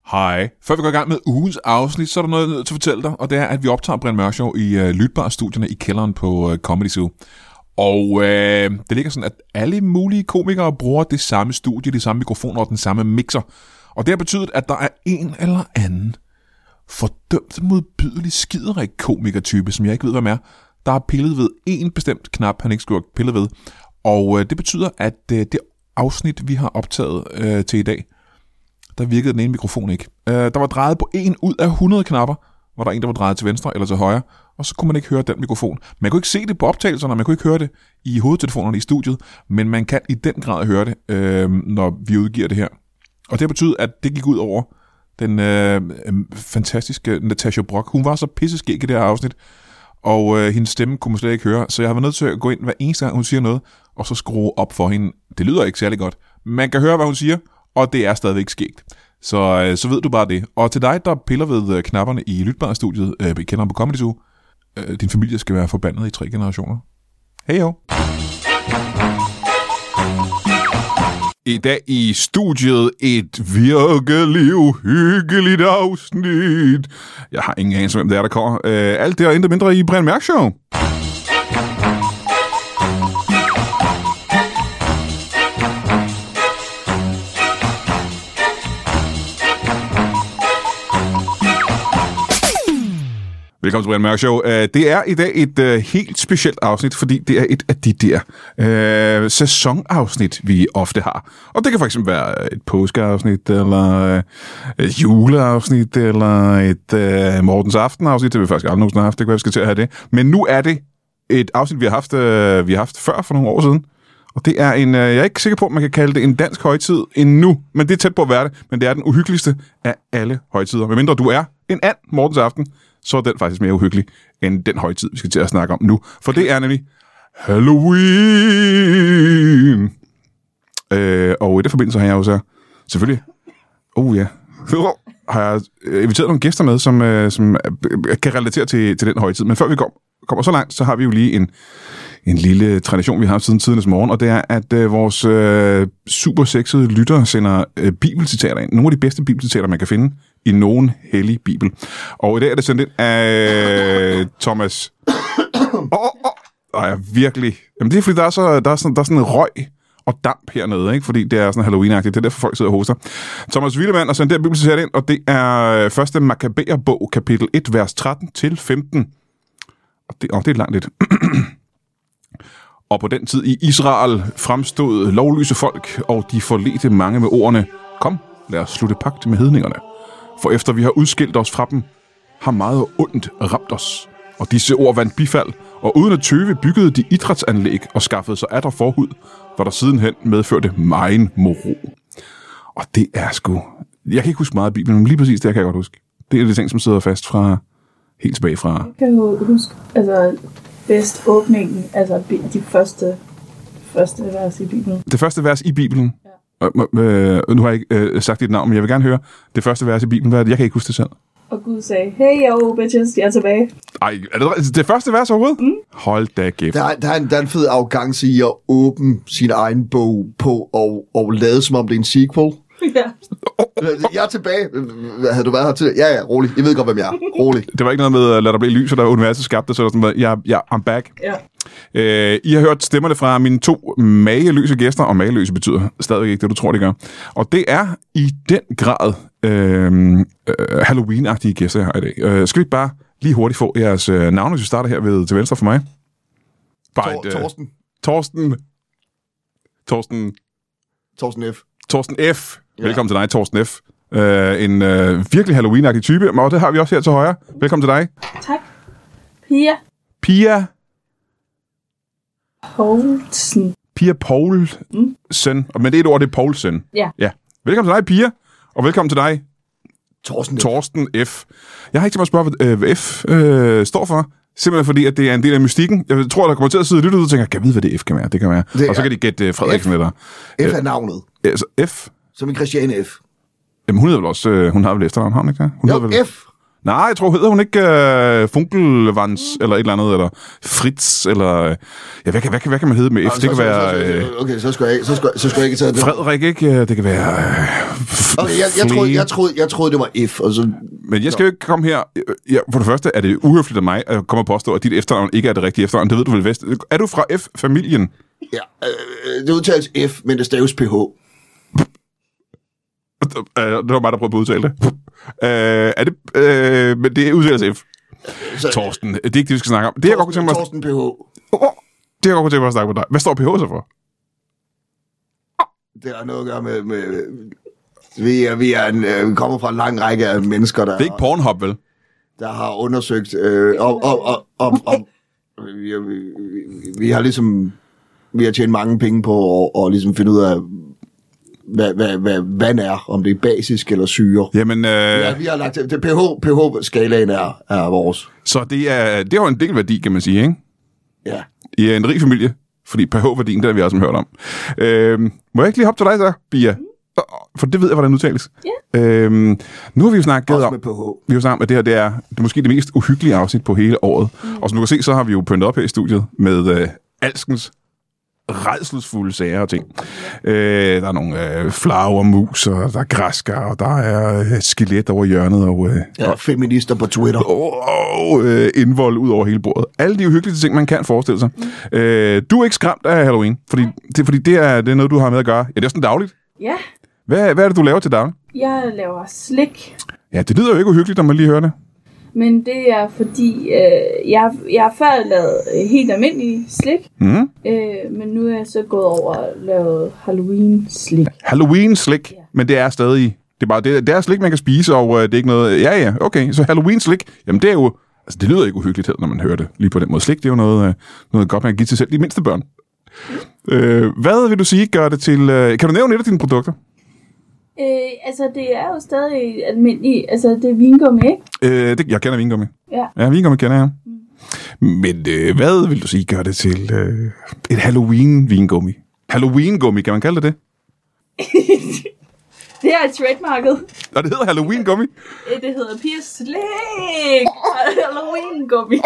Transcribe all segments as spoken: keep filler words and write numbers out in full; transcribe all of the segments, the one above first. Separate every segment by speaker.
Speaker 1: Hej. Før vi går i gang med ugens afsnit, så er der noget til at fortælle dig, og det er, at vi optager Brian Mørk Show i uh, Lytbar-studierne i kælderen på uh, Comedy Zoo. Og uh, det ligger sådan, at alle mulige komikere bruger det samme studie, de samme mikrofoner og den samme mixer. Og det har betydet, at der er en eller anden fordømt modbydelig skiderig komikertype, som jeg ikke ved, hvem er, der har pillet ved en bestemt knap, han ikke skulle have pillet ved. Og uh, det betyder, at uh, det afsnit, vi har optaget uh, til i dag, der virkede den ene mikrofon ikke. Uh, der var drejet på en ud af hundrede knapper, hvor der en, der var drejet til venstre eller til højre, og så kunne man ikke høre den mikrofon. Man kunne ikke se det på optagelserne, man kunne ikke høre det i hovedtelefonerne i studiet, men man kan i den grad høre det, uh, når vi udgiver det her. Og det har betydet, at det gik ud over den uh, fantastiske Natasha Brock. Hun var så pisseskæg i det her afsnit, og øh, hendes stemme kunne man slet ikke høre, så jeg har været nødt til at gå ind hver eneste gang, hun siger noget, og så skrue op for hende. Det lyder ikke særlig godt. Man kan høre, hvad hun siger, og det er stadigvæk skægt. Så, øh, så ved du bare det. Og til dig, der piller ved øh, knapperne i Lytbar-studiet, øh, vi kender på Comedy Zoo, øh, din familie skal være forbandet i tre generationer. Hej jo. I dag i studiet et virkelig uhyggeligt afsnit. Jeg har ingen anelse, hvem det er, der kommer. Øh, alt det og intet mindre i Brian Mørk Show. Velkommen til Brian Mørk Show. Det er i dag et uh, helt specielt afsnit, fordi det er et af de der uh, sæsonafsnit, vi ofte har. Og det kan fx være et påskeafsnit, eller uh, et juleafsnit, eller et uh, Mortens Aften-afsnit. Det vil vi faktisk aldrig nogensinde have haft. Det kan være, vi skal til at have det. Men nu er det et afsnit, vi har haft, uh, vi har haft før for nogle år siden. Og det er en, uh, jeg er ikke sikker på, at man kan kalde det en dansk højtid endnu, men det er tæt på at være det. Men det er den uhyggeligste af alle højtider. Medmindre du er en and Mortens Aften, så er den faktisk mere uhyggelig end den højtid, vi skal til at snakke om nu. For det er nemlig Halloween. Øh, og i det forbindelse har jeg jo så selvfølgelig, oh ja, har jeg inviteret nogle gæster med, som, øh, som kan relatere til, til den højtid. Men før vi går, kommer så langt, så har vi jo lige en, en lille tradition, vi har haft siden tidernes morgen, og det er, at øh, vores øh, super sexede lyttere sender øh, bibelcitater ind. Nogle af de bedste bibelcitater, man kan finde i nogen hellig bibel. Og i dag er det sendt ind af Thomas. Åh, oh, oh, oh. jeg virkelig... Jamen det er fordi, der er, så, der er, sådan, der er sådan en røg og damp hernede, ikke? Fordi det er sådan Halloween-agtigt. Det er derfor, folk sidder og hoster. Thomas Willemann har sendt det her bibelcitat ind, og det er første Makkabæerbog, kapitel et, vers tretten til femten. Og det, oh, det er langt lidt. Og på den tid i Israel fremstod lovløse folk, og de forledte mange med ordene: kom, lad os slutte pagt med hedningerne. For efter vi har udskilt os fra dem, har meget ondt ramt os. Og disse ord vandt bifald, og uden at tøve byggede de idrætsanlæg og skaffede sig atter forhud, hvor der sidenhen medførte megen moro. Og det er sgu... Jeg kan ikke huske meget af Bibelen, men lige præcis det kan jeg godt huske. Det er de ting, som sidder fast fra helt tilbage fra...
Speaker 2: Jeg kan jo huske, altså bedst åbningen, altså de første, første vers i Bibelen.
Speaker 1: Det første vers i Bibelen?
Speaker 2: Ja.
Speaker 1: Øh, nu har jeg ikke øh, sagt dit navn, men jeg vil gerne høre det første vers i Bibelen. Hvad er det? Jeg kan ikke huske det selv.
Speaker 2: Og Gud sagde, hey yo, bitches, jeg er tilbage.
Speaker 1: Ej, er det det første vers overhovedet? Mm. Hold da kæft.
Speaker 3: Der, der, er en, der er en fed arrogance i at åbne sin egen bog på og, og lade som om det er en sequel.
Speaker 2: Ja.
Speaker 3: Jeg er tilbage. Havde du været her til? Ja, ja, rolig. Jeg ved godt, hvem jeg er. Rolig.
Speaker 1: Det var ikke noget med, at lad der blive lys, og der universet skabte, så der sådan, ja, ja, I'm back.
Speaker 2: Ja.
Speaker 1: Øh, I har hørt stemmerne fra mine to mageløse gæster, og mageløse betyder stadigvæk ikke det, du tror, det gør. Og det er i den grad øh, øh, Halloween-agtige gæster, jeg har i dag. Øh, skal vi ikke bare lige hurtigt få jeres øh, navne, hvis vi starter her ved, til venstre for mig?
Speaker 3: Bare Tor- et, øh, Torsten.
Speaker 1: Torsten. Torsten.
Speaker 3: Torsten F.
Speaker 1: Torsten F. Velkommen ja. til dig, Torsten F. Uh, en uh, virkelig Halloween-agtig type, og det har vi også her til højre. Velkommen til dig.
Speaker 2: Tak. Pia.
Speaker 1: Pia.
Speaker 2: Poulsen.
Speaker 1: Pia Poulsen. Mm. Men det er et ord, det er Poulsen.
Speaker 2: Ja.
Speaker 1: ja. Velkommen til dig, Pia. Og velkommen til dig,
Speaker 3: Torsten F.
Speaker 1: Torsten F. Jeg har ikke tænkt mig at spørge, hvad F øh, står for. Simpelthen fordi, at det er en del af mystikken. Jeg tror, der kommer til at sidde lidt ud og tænker, kan jeg vide, hvad det F kan være? Det kan være. Det og så kan de gætte uh, Frederiksen eller...
Speaker 3: F er navnet.
Speaker 1: Altså F?
Speaker 3: Som en Christiane F.
Speaker 1: Jamen, hun hedder vel også... Uh, hun har vel efternavn, har hun ikke det? Hun
Speaker 3: jo,
Speaker 1: vel...
Speaker 3: F.
Speaker 1: Nej, jeg tror, hedder hun ikke uh, Funkelvans, mm. eller et eller andet, eller Fritz, eller... Ja, hvad kan, hvad kan, hvad kan man hedde med F?
Speaker 3: Nå,
Speaker 1: det kan
Speaker 3: så,
Speaker 1: være...
Speaker 3: Så, så, okay, så skal jeg ikke, så skal, så skal jeg ikke tage det.
Speaker 1: Frederik, ikke? Det kan være... Uh,
Speaker 3: okay, jeg, jeg, troede, jeg, troede, jeg troede, det var F. Og så,
Speaker 1: Men jeg skal jo ikke komme her... Ja, for det første er det uhøfligt af mig at komme og påstå, at dit efternavn ikke er det rigtige efternavn. Det ved du vel bedst. Er du fra F-familien?
Speaker 3: Ja, øh, det udtales F, men det staves P H.
Speaker 1: Det var mig, der prøvede at udtale det. Uh, er det... Uh, men det udtales F. Så, Torsten, det er ikke det, vi skal snakke om. Det, Torsten, jeg godt kunne tænke mig...
Speaker 3: Torsten P H.
Speaker 1: Oh, det, jeg godt kunne tænke mig at snakke med dig. Hvad står P H så for?
Speaker 3: Det har noget at gøre med... med vi, er, vi, er en, øh, vi kommer fra en lang række af mennesker, der...
Speaker 1: Det er ikke Pornhub, vel?
Speaker 3: Der har undersøgt... Øh, om, om, om, om, om, vi, vi, vi, vi har ligesom... Vi har tjent mange penge på at og ligesom finde ud af... Hvad, hvad, hvad vand er, om det er basisk eller syre.
Speaker 1: Jamen, øh... ja,
Speaker 3: vi har lagt det. pH, pH-skalaen er, er vores.
Speaker 1: Så det er, det er jo en del værdi, kan man sige, ikke?
Speaker 3: Ja.
Speaker 1: I er en rig familie, fordi pH-værdien, det har vi også hørt om. Øh, må jeg ikke lige hoppe til dig så, Bia? For det ved jeg, hvordan det udtales.
Speaker 2: Ja.
Speaker 1: Øh, nu har vi jo snakket
Speaker 3: også
Speaker 1: om...
Speaker 3: med pH.
Speaker 1: Vi har jo snakket om, at det her det er, det er måske det mest uhyggelige afsnit på hele året. Mm. Og som du kan se, så har vi jo pyntet op her i studiet med øh, alskens rædselsfulde sager og ting. Øh, der er nogle øh, flagermus, og der er græsker, og der er øh, skelet over hjørnet, og, øh,
Speaker 3: ja, og feminister på Twitter.
Speaker 1: Og, og øh, indvold ud over hele bordet. Alle de uhyggelige ting, man kan forestille sig. Mm. Øh, du er ikke skræmt af Halloween, fordi, det, fordi det, er, det er noget, du har med at gøre. Ja, det er sådan dagligt.
Speaker 2: Ja.
Speaker 1: Hvad, hvad er det, du laver til daglig?
Speaker 2: Jeg laver slik.
Speaker 1: Ja, det lyder jo ikke uhyggeligt, når man lige hører det.
Speaker 2: Men det er fordi, øh, jeg, jeg har før lavet helt almindelig slik,
Speaker 1: mm.
Speaker 2: øh, men nu er jeg så gået over og lavet Halloween-slik.
Speaker 1: Halloween-slik, ja. Men det er stadig, det er bare det, det er slik, man kan spise, og øh, det er ikke noget, ja ja, okay, så Halloween-slik, jamen det er jo, altså det lyder ikke uhyggeligt heller, når man hører det lige på den måde. Slik, det er jo noget, øh, noget godt, man kan give til selv de mindste børn. Mm. Øh, hvad vil du sige, gør det til, øh, kan du nævne et af dine produkter?
Speaker 2: Øh, altså, det er jo stadig almindeligt. Altså, det er vingummi, ikke?
Speaker 1: Øh, det, jeg kender vingummi.
Speaker 2: Ja.
Speaker 1: Ja, vingummi kender jeg. Mm. Men øh, hvad vil du sige, gør det til øh, et Halloween-vingummi? Halloween-gummi, kan man kalde det det?
Speaker 2: Det er trademarket.
Speaker 1: Og det hedder Halloween-gummi?
Speaker 2: Det hedder Pias Slik. Halloween-gummi.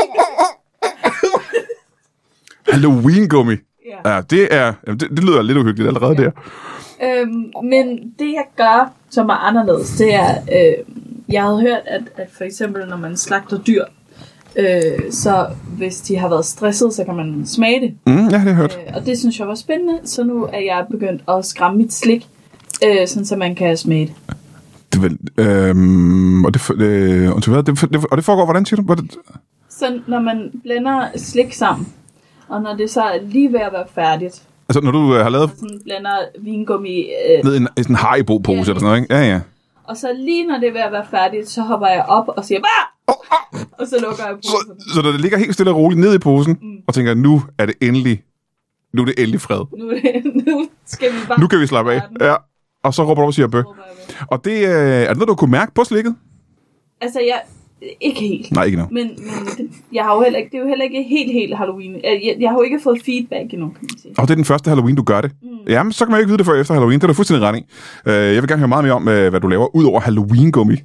Speaker 1: Halloween-gummi?
Speaker 2: Ja.
Speaker 1: Ja, det er, det, det lyder lidt uhyggeligt allerede ja. der.
Speaker 2: Øhm, men det jeg gør, som er anderledes, det er, øh, jeg havde hørt, at, at for eksempel når man slagter dyr, øh, så hvis de har været stresset, så kan man smage det.
Speaker 1: Mm, ja, det har jeg hørt.
Speaker 2: Øh, og det synes jeg var spændende, så nu er jeg begyndt at skræmme mit slik, øh, sådan så man kan smage det.
Speaker 1: Det vel, øh, og, det, øh, og, det, og det foregår, hvordan siger du? Det?
Speaker 2: Så når man blender slik sammen, og når det så er lige ved at være færdigt,
Speaker 1: altså, når du øh, har lavet...
Speaker 2: sådan blander vingummi... Øh,
Speaker 1: ned i en, en sådan Haribo-pose ja, eller sådan noget, ikke? Ja, ja.
Speaker 2: Og så lige når det er ved at være færdigt, så hopper jeg op og siger, bah! Oh, oh. Og så lukker jeg posen.
Speaker 1: Så, så når det ligger helt stille og roligt ned i posen, mm. og tænker, nu er det endelig... Nu er det endelig fred.
Speaker 2: Nu, er det, nu skal vi bare...
Speaker 1: Nu kan vi slappe af. Ja. Og så råber du op og siger bøh. Og det, øh, er det noget, du kunne mærke på slikket?
Speaker 2: Altså, jeg... Ikke helt.
Speaker 1: Nej, ikke nu.
Speaker 2: Men, men det, jeg har jo heller ikke, det er jo heller ikke helt, helt Halloween. Jeg, jeg har jo ikke fået feedback endnu, kan man sige.
Speaker 1: Og det er den første Halloween, du gør det. Mm. Jamen, så kan man jo ikke vide det før efter Halloween. Det er du fuldstændig ret i. Uh, jeg vil gerne høre meget mere om, uh, hvad du laver, ud over Halloween-gummi.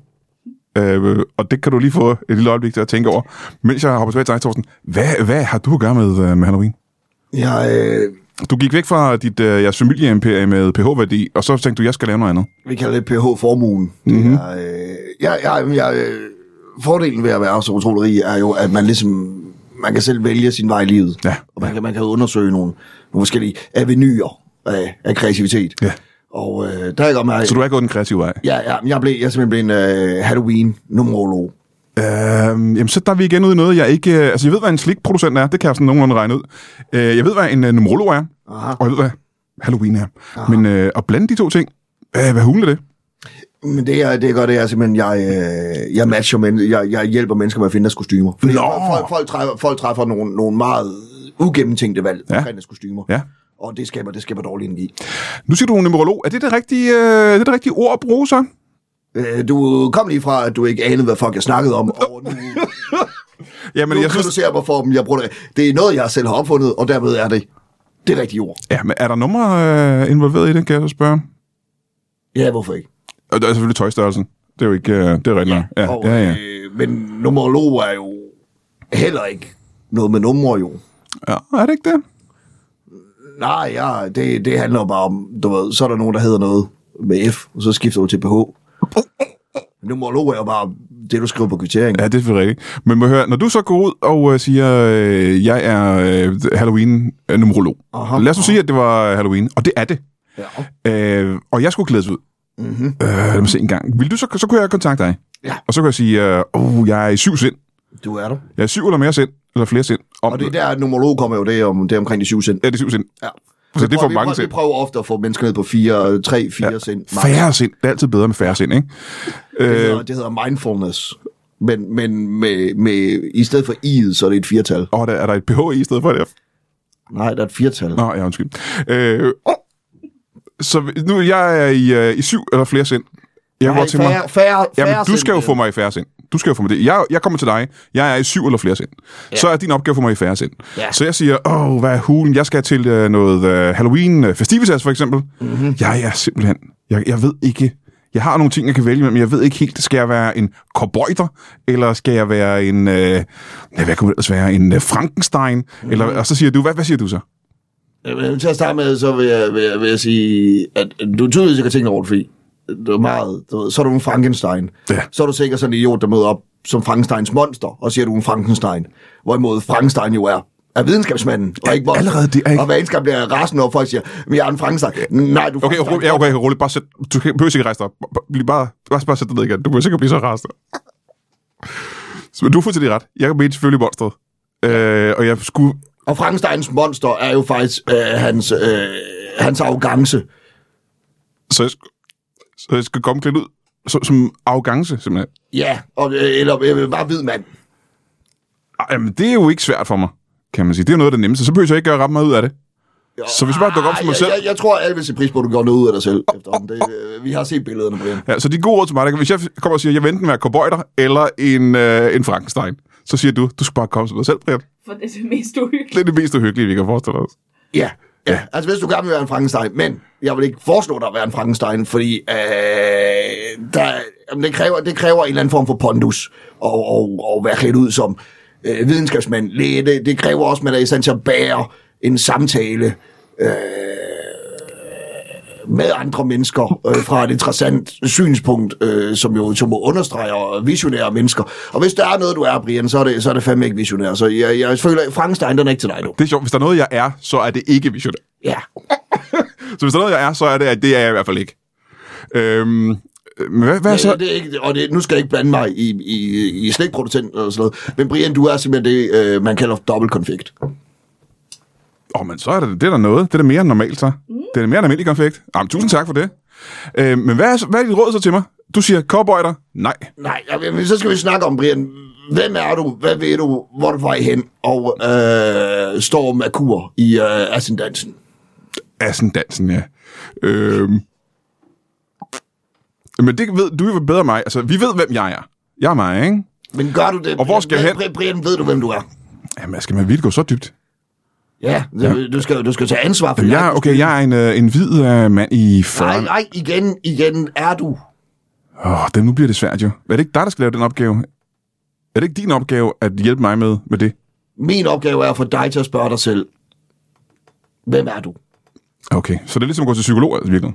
Speaker 1: Uh, og det kan du lige få et lille øjeblik til at tænke over. Mens jeg hopper tilbage til dig, Torsten. Hvad, hvad har du at gøre med, uh, med Halloween?
Speaker 3: Jeg... Øh...
Speaker 1: Du gik væk fra dit, uh, jeres familieimperie med pH-værdi, og så tænkte du, jeg skal lave noget andet.
Speaker 3: Vi kalder det pH-formuen.
Speaker 1: Mm-hmm.
Speaker 3: Det er, øh... Jeg... jeg, jeg øh... Fordelen ved at være så utrolig rig er jo, at man ligesom, man kan selv vælge sin vej i livet.
Speaker 1: Ja.
Speaker 3: Og man kan, man kan undersøge nogle, nogle forskellige avenyr af, af kreativitet.
Speaker 1: Ja.
Speaker 3: Og øh, der er godt med...
Speaker 1: Så du er gået den kreative vej?
Speaker 3: Ja, ja, jeg, blev, jeg er simpelthen blevet en uh, Halloween-numerolog.
Speaker 1: Uh, jamen, så der er vi igen ude i noget, jeg ikke... Uh, altså, jeg ved, hvad en slikproducent er. Det kan jeg sådan nogenlunde regne ud. Uh, jeg ved, hvad en uh, numerolog er.
Speaker 3: Aha. Og
Speaker 1: jeg ved, hvad Halloween er. Aha. Men uh, at blande de to ting, uh, hvad hulen er det?
Speaker 3: Men det er, det er godt, det er simpelthen, jeg, øh, jeg matcher, men jeg, jeg hjælper mennesker med at finde deres kostymer. Fordi folk, folk, træffer, folk træffer nogle, nogle meget ugennemtænkte valg
Speaker 1: ja.
Speaker 3: omkring deres kostymer.
Speaker 1: Ja.
Speaker 3: Og det skaber, det skaber dårlig energi.
Speaker 1: Nu siger du numerolog. Er det det rigtige, øh, det, det rigtige ord at bruge så?
Speaker 3: Øh, du kom lige fra, at du ikke anede, hvad folk jeg snakkede om. Og nu,
Speaker 1: Jamen,
Speaker 3: nu
Speaker 1: jeg synes...
Speaker 3: du ser mig for dem, jeg bruger det. Det er noget, jeg selv har opfundet, og derved er det det rigtige ord.
Speaker 1: Ja, men er der numre øh, involveret i det, kan jeg så spørge?
Speaker 3: Ja, hvorfor ikke?
Speaker 1: Og det er selvfølgelig tøjstørrelsen. Det er jo ikke, uh, det er rigtigt.
Speaker 3: Ja,
Speaker 1: ja,
Speaker 3: og,
Speaker 1: ja, ja.
Speaker 3: Øh, men numerolog er jo heller ikke noget med numre, jo.
Speaker 1: Ja, er det ikke det?
Speaker 3: Nej, ja, det, det handler bare om, du ved, så er der nogen, der hedder noget med F, og så skifter du til P H. Numerolog er jo bare det, du skriver på kvitteringen.
Speaker 1: Ja, det er selvfølgelig rigtigt. Men må jeg høre, når du så går ud og øh, siger, øh, jeg er øh, Halloween-numerolog. Aha, lad os nu sige, at det var Halloween, og det er det. Ja. Øh, og jeg skulle glædes ud. Mm-hmm. Øh, lad mig se en gang. Vil du så, så kunne jeg kontakte dig.
Speaker 3: Ja.
Speaker 1: Og så kan jeg sige, øh, oh, jeg er i syv sind.
Speaker 3: Du er der.
Speaker 1: Jeg er syv eller mere sind, eller flere sind. Om,
Speaker 3: og det er der, at numerolog kommer jo det, om, det er omkring de syv sind.
Speaker 1: Ja, det er syv sind.
Speaker 3: Ja.
Speaker 1: Så det er for
Speaker 3: vi,
Speaker 1: mange
Speaker 3: prøver,
Speaker 1: sind.
Speaker 3: Vi prøver ofte at få mennesker ned på fire, tre, fire ja. sind.
Speaker 1: Færre sind. Det er altid bedre med færre sind, ikke?
Speaker 3: Det hedder, det hedder mindfulness. Men, men med, med, i stedet for i'et, så er det et firtal.
Speaker 1: Og der, er der et ph i stedet for det?
Speaker 3: Nej, der er et firtal.
Speaker 1: Nå, ja, undskyld. Øh, så nu jeg er i, uh, i syv eller flere sind. Jeg
Speaker 3: Nej,
Speaker 1: til
Speaker 3: færre,
Speaker 1: mig.
Speaker 3: færre,
Speaker 1: Jamen,
Speaker 3: færre
Speaker 1: du skal jo
Speaker 3: sind.
Speaker 1: få mig i færre sind. Du skal jo få mig det. Jeg, jeg kommer til dig. Jeg er i syv eller flere sind. Ja. Så er din opgave for mig i færre sind. Ja. Så jeg siger, åh, hvad er hulen? Jeg skal til uh, noget uh, Halloween festivitas for eksempel. Mm-hmm. Jeg er simpelthen... Jeg, jeg ved ikke... Jeg har nogle ting, jeg kan vælge med, men jeg ved ikke helt, skal jeg være en cowboyter, eller skal jeg være en, øh, hvad kunne det være, en øh, Frankenstein? Mm. Eller, og så siger du, hvad, hvad siger du så?
Speaker 3: Jamen, til at starte med, så vil jeg, vil jeg, vil jeg sige, at du tydeligvis ikke har tænkt over det, fordi det er meget, du ved, så er du en Frankenstein. Ja. Så er du sikkert sådan en idiot, der møder op som Frankensteins monster, og siger, du er en Frankenstein. Hvorimod Frankenstein jo er. Er videnskabsmanden, og ikke monster.
Speaker 1: Allerede det er ikke...
Speaker 3: Og hver eneste gang bliver rasende op, folk siger, vi er en Frankenstein. Nej, du er
Speaker 1: okay,
Speaker 3: Frankenstein.
Speaker 1: Ja, okay, roligt. Bare sæt, du behøver ikke rejse dig op. Bare, bare, bare, bare sæt dig ned igen. Du behøver sikkert blive så rasende. Men du får til det ret. Jeg kan selvfølgelig monstret. Øh, og jeg skulle...
Speaker 3: Og Frankensteins monster er jo faktisk øh, hans, øh, hans arrogance.
Speaker 1: Så jeg, så jeg skal komme klædt ud som, som arrogance, simpelthen?
Speaker 3: Ja, og, øh, eller øh, bare hvid mand.
Speaker 1: Jamen, det er jo ikke svært for mig, kan man sige. Det er jo noget af det nemmeste. Så behøver jeg ikke gøre ret meget ud af det. Jo, så hvis du bare dukker op som mig
Speaker 3: jeg,
Speaker 1: selv...
Speaker 3: Jeg, jeg tror, at alle vil se pris på, at du gør noget ud af dig selv. Efter det, øh, vi har set billederne, Brian.
Speaker 1: Ja, så de gode råd til mig, hvis jeg kommer og siger, at jeg vil enten være cowboyter eller en, øh, en Frankenstein, så siger du, du skal bare komme som dig selv, Brian.
Speaker 2: For det er det mest uhyggelige.
Speaker 1: Det er det mest uhyggelige, vi kan forestille os.
Speaker 3: Ja, ja. Altså hvis du gerne vil være en Frankenstein, men jeg vil ikke foreslå dig at være en Frankenstein, fordi øh, der, jamen, det, kræver, det kræver en eller anden form for pondus og, og, og være klædt ud som øh, videnskabsmand. Det, det kræver også, at man er i stand til at bære en samtale øh, med andre mennesker øh, fra et interessant synspunkt, øh, som jo som understreger visionære mennesker. Og hvis der er noget, du er, Brian, så er det, så er det fandme ikke visionær. Så jeg, jeg føler, at Frankenstein, den er ikke til dig nu.
Speaker 1: Det er sjovt. Hvis der er noget, jeg er, så er det ikke visionær.
Speaker 3: Ja.
Speaker 1: Så hvis der er noget, jeg er, så er det, at det er jeg i hvert fald ikke. Øhm, men hvad, hvad
Speaker 3: ja,
Speaker 1: så?
Speaker 3: Det er ikke, og det, nu skal jeg ikke blande mig i, i, i slikproducent eller sådan noget. Men Brian, du er simpelthen det, øh, man kalder dobbeltkonfekt.
Speaker 1: Åh, oh, men så er det, det er der noget. Det er da mere end normalt, så. Mm. Det er mere end almindelig konfekt. Jamen, tusind tak for det. Øh, men hvad er, hvad er dit råd så til mig? Du siger cowboyter? Nej.
Speaker 3: Nej, jamen, så skal vi snakke om, Brian. Hvem er du? Hvad ved du? Hvor er du på vej hen? Og øh, står med kur i øh, Ascendansen.
Speaker 1: Ascendansen, ja. Øh, men det ved du jo bedre end mig. Altså, vi ved, hvem jeg er. Jeg er mig, ikke?
Speaker 3: Men gør du det?
Speaker 1: Og hvor skal jeg hen?
Speaker 3: Brian, ved du, hvem du er?
Speaker 1: Jamen, skal man virkelig gå så dybt?
Speaker 3: Ja, ja. Du, skal, du skal tage ansvar for det.
Speaker 1: Ja, okay, jeg er en, uh, en hvid uh, mand i fyrrerne.
Speaker 3: Nej, nej, igen, igen er du.
Speaker 1: Åh, oh, det, nu bliver det svært jo. Er det ikke dig, der skal lave den opgave? Er det ikke din opgave at hjælpe mig med, med det?
Speaker 3: Min opgave er at få dig til at spørge dig selv. Hvem er du?
Speaker 1: Okay, så det er ligesom at gå til psykolog, altså virkelig.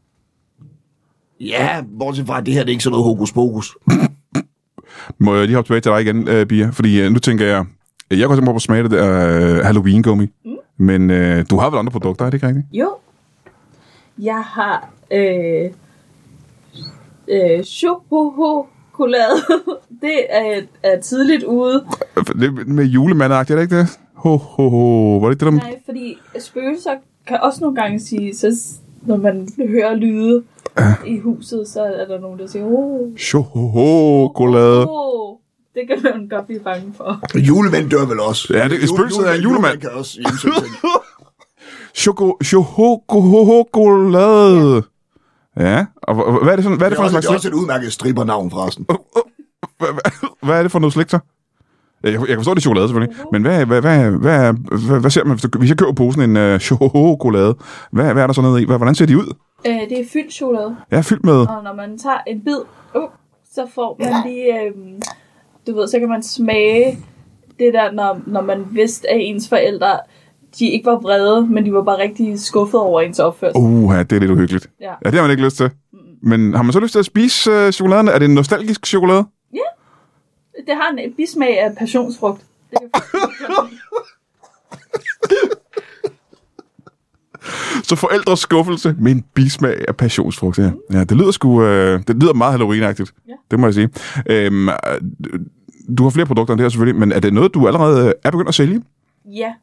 Speaker 3: Ja, bortset fra, at det her det er ikke sådan noget hokus pokus.
Speaker 1: Må jeg lige hoppe tilbage til dig igen, uh, Bia? Fordi uh, nu tænker jeg, jeg går simpelthen på at smage det der uh, Halloween-gummi. Mm. Men uh, du har vel andre produkter, er det ikke rigtigt?
Speaker 2: Jo. Jeg har øh, øh, chokolade. Det er, er tidligt ude.
Speaker 1: Det med julemandagtigt, er det ikke det? Ho, ho, ho. Var det ikke det, der...
Speaker 2: Nej, fordi spøgelser kan også nogle gange sige, så når man hører lyde ja. i huset, så er der nogen, der siger, oh,
Speaker 1: chokolade.
Speaker 2: Oh, det kan man godt blive bange for.
Speaker 3: Julemænd dør vel også.
Speaker 1: Ja, det, spøgelset er en julemand.
Speaker 3: Kan også hjemsøge ting.
Speaker 1: Choko, chokolade. Ja, og hvad er det for, hvad er det for en slags slik?
Speaker 3: Det er også et udmærket strippernavn, forresten.
Speaker 1: Hvad er det for noget slik, så? Jeg, jeg kan forstå, det er chokolade, selvfølgelig. Men hvad, hvad, hvad, hvad, hvad, hvad ser man, hvis jeg køber posen en uh, chokolade? Hvad, hvad er der så nede i? Hvordan ser de ud?
Speaker 2: Øh, det er fyldt chokolade.
Speaker 1: Ja, fyldt med.
Speaker 2: Og når man tager en bid, uh, så får man lige øh, du ved, så kan man smage det der, når, når man vidste, at ens forældre, de ikke var vrede, men de var bare rigtig skuffet over ens opførsel.
Speaker 1: Uh, ja, det er lidt uhyggeligt.
Speaker 2: Ja.
Speaker 1: Ja, det har man ikke lyst til. Mm. Men har man så lyst til at spise øh, chokoladen? Er det en nostalgisk chokolade?
Speaker 2: Ja. Det har en bismag af passionsfrugt. Det kan
Speaker 1: Så forældres skuffelse med en bismag af passionsfrugt. Ja, ja det lyder sgu, øh, det lyder meget Halloween-agtigt. Ja. Det må jeg sige. Øhm, du har flere produkter end det her selvfølgelig, men er det noget, du allerede er begyndt at sælge?
Speaker 2: Ja.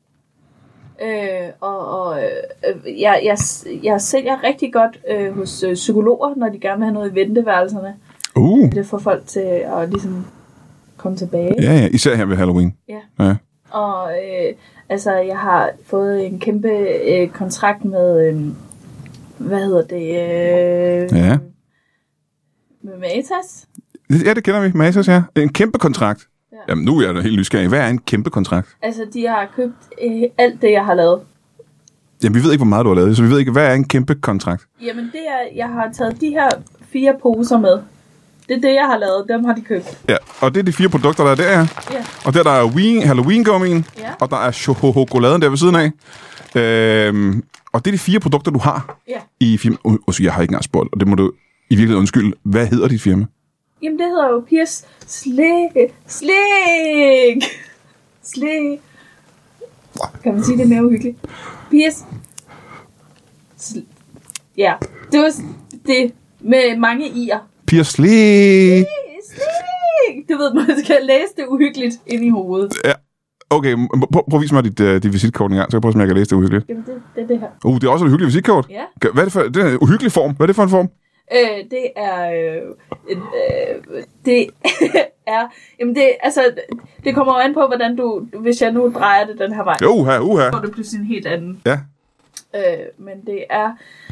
Speaker 2: Øh, og og øh, jeg, jeg, jeg sælger rigtig godt øh, hos øh, psykologer, når de gerne vil have noget i venteværelserne.
Speaker 1: Uh.
Speaker 2: Det får folk til at ligesom komme tilbage.
Speaker 1: Ja, ja, især her ved Halloween.
Speaker 2: Ja. Ja. Og øh, altså, jeg har fået en kæmpe øh, kontrakt med, øh, hvad hedder det? Øh,
Speaker 1: ja.
Speaker 2: Med Matas.
Speaker 1: Ja, det kender vi. Matas, ja. En kæmpe kontrakt. Ja. Jamen, nu er jeg da helt nysgerrig. Hvad er en kæmpe kontrakt?
Speaker 2: Altså, de har købt øh, alt det, jeg har lavet.
Speaker 1: Jamen, vi ved ikke, hvor meget du har lavet, så vi ved ikke, hvad er en kæmpe kontrakt?
Speaker 2: Jamen, det er, jeg har taget de her fire poser med. Det er det, jeg har lavet. Dem har de købt.
Speaker 1: Ja, og det er de fire produkter, der er der, ja.
Speaker 2: Ja.
Speaker 1: Og der, der er Wien, Halloween-gummien, ja. Og der er chokoladen der ved siden af. Øhm, og det er de fire produkter, du har
Speaker 2: ja.
Speaker 1: I firma. Uh, uh, jeg har ikke engang spurgt, og det må du i virkeligheden undskylde. Hvad hedder dit firma?
Speaker 2: Jamen, det hedder jo Piers Slik. Slik. Slik. Kan man sige det mere uhyggeligt? Piers Slik. Ja, det var det med mange i'er.
Speaker 1: Piers Slik.
Speaker 2: Slik. Du ved, man skal læse det uhyggeligt ind i hovedet.
Speaker 1: Ja. Okay, prøv, prøv at vise mig dit, uh, dit visitkort en gang, så jeg prøver, om jeg kan læse det uhyggeligt.
Speaker 2: Jamen, det, det er det her.
Speaker 1: Uh, det er også et uhyggeligt visitkort?
Speaker 2: Ja.
Speaker 1: Hvad er det for det er en uhyggelig form? Hvad er det for en form?
Speaker 2: Øh, det er... Øh, øh, det er... Jamen, det, altså, det kommer jo an på, hvordan du... Hvis jeg nu drejer det den her vej.
Speaker 1: Uha, uha.
Speaker 2: Så er det pludselig en helt anden.
Speaker 1: Ja.
Speaker 2: Øh, men det er...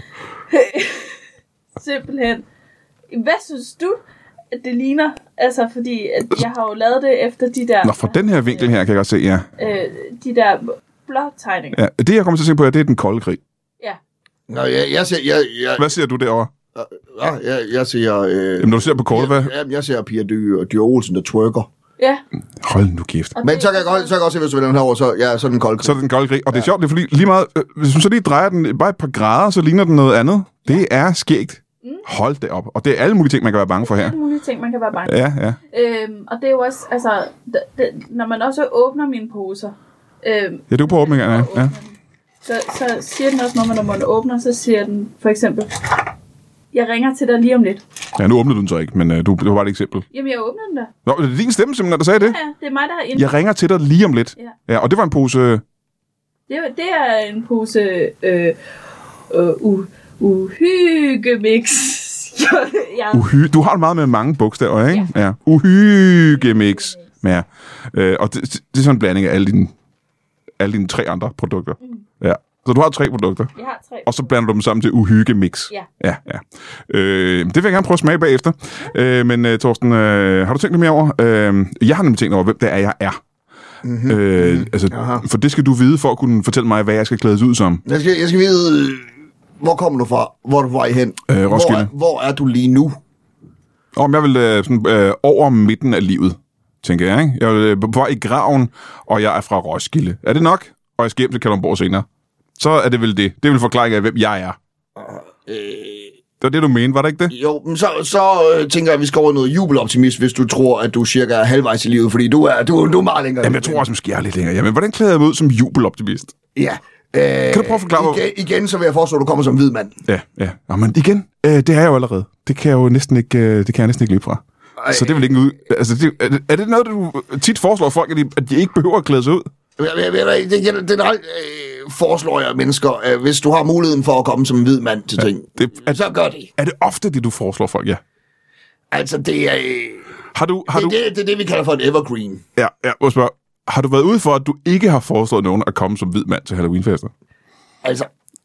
Speaker 2: simpelthen... Hvad synes du, at det ligner? Altså, fordi at jeg har jo lavet det efter de der...
Speaker 1: Nå, fra den her vinkel her kan jeg godt se, ja.
Speaker 2: Øh, de der blåtegninger.
Speaker 1: Ja, det jeg kommer til at tænke på, er, det er den kolde krig.
Speaker 2: Ja.
Speaker 3: Nå, jeg, jeg, ser, jeg, jeg,
Speaker 1: Hvad siger du derovre?
Speaker 3: Ja, jeg, jeg ser... Øh,
Speaker 1: Jamen, når du ser på kortet, hvad?
Speaker 3: Jeg, jeg ser Pia Dy, Dy Olsen, der twerker.
Speaker 2: Ja.
Speaker 1: Hold nu kæft.
Speaker 3: Men så kan jeg godt, så kan jeg godt se, hvis du vil den her over, så, ja, så er den kolde krig.
Speaker 1: Så er det den kolde krig. Og det er sjovt, det er fordi lige meget... Øh, hvis man så lige drejer den bare et par grader, så ligner den noget andet. Det er skægt. Mm. Hold det op. Og det er alle mulige ting, man kan være bange for her.
Speaker 2: Det er alle mulige ting, man kan være bange for.
Speaker 1: Ja, ja.
Speaker 2: Øhm, og det er jo også, altså, det, det, når man også åbner mine poser. Øhm,
Speaker 1: Ja, det er på åbningen, ja. ja.
Speaker 2: Så, så siger den også, når man, når man åbner, så siger den for eksempel, jeg ringer til dig lige om lidt.
Speaker 1: Ja, nu åbner du den så ikke, men uh, du, det var bare et eksempel.
Speaker 2: Jamen, jeg åbner den da.
Speaker 1: Nå, det er din stemme simpelthen, der sagde det?
Speaker 2: Ja, ja, det er mig, der har ind.
Speaker 1: Jeg ringer til dig lige om lidt.
Speaker 2: Ja.
Speaker 1: Ja, og det var en pose...
Speaker 2: Det, det er en pose øh, øh, uh, uhyggemix. ja.
Speaker 1: Uhy... Du har meget med mange bogstaver, ikke? Ja. ja. Uhyggemix. Ja. Øh, og det, det er sådan en blanding af alle dine, alle dine tre andre produkter. Mm. Ja. Så du har tre produkter.
Speaker 2: Jeg har tre.
Speaker 1: Og så blander du dem sammen til uhyggemix.
Speaker 2: Ja.
Speaker 1: Ja, ja. Øh, det vil jeg gerne prøve at smage bagefter. Ja. Øh, men uh, Torsten, øh, har du tænkt lidt mere over? Øh, jeg har nemlig tænkt over, hvem det er, jeg er. Mm-hmm. Øh, altså, for det skal du vide, for at kunne fortælle mig, hvad jeg skal klædes ud som.
Speaker 3: Jeg skal, jeg skal vide, hvor kommer du fra? Hvor er du på vej hen?
Speaker 1: Øh, Roskilde.
Speaker 3: Hvor er, hvor er du lige nu?
Speaker 1: Om jeg vil øh, sådan, øh, over midten af livet, tænker jeg. Ikke? Jeg er øh, på vej i graven, og jeg er fra Roskilde. Er det nok? Og jeg skal hjem til Kalundborg senere. Så er det vel det. Det vil forklare af, hvem jeg er.
Speaker 3: Øh,
Speaker 1: det var det, du mente, var det ikke det?
Speaker 3: Jo, men så, så øh, tænker jeg, at vi skal over noget jubeloptimist, hvis du tror, at du cirka er halvvejs i livet, fordi du er, du, du er meget længere.
Speaker 1: Jamen, jeg tror også, måske jeg er lidt længere. Jamen, hvordan klæder jeg mig ud som jubeloptimist?
Speaker 3: Ja. Øh,
Speaker 1: kan du prøve at forklare
Speaker 3: igen, igen, så vil jeg foreslå, at du kommer som hvid mand.
Speaker 1: Ja, ja. Jamen, igen, øh, det er jeg jo allerede. Det kan jeg jo næsten ikke, øh, det kan jeg næsten ikke løbe fra. Ej, så det vil ikke ud. Altså, det, er, det, er det noget, du tit foreslår folk, at de, at de ikke behøver at klæde sig ud?
Speaker 3: Det generelt øh, foreslår jeg mennesker, øh, hvis du har muligheden for at komme som en hvid mand til ting, ja, det, er, så gør det.
Speaker 1: Er det ofte det, du foreslår folk, ja?
Speaker 3: Altså, det er... Øh,
Speaker 1: har du, har
Speaker 3: det,
Speaker 1: du...
Speaker 3: Det, det er det, vi kalder for et evergreen.
Speaker 1: Ja, ja, må spørge. Har du været ude for, at du ikke har foreslået nogen at komme som hvid mand til Halloweenfester?
Speaker 3: Altså,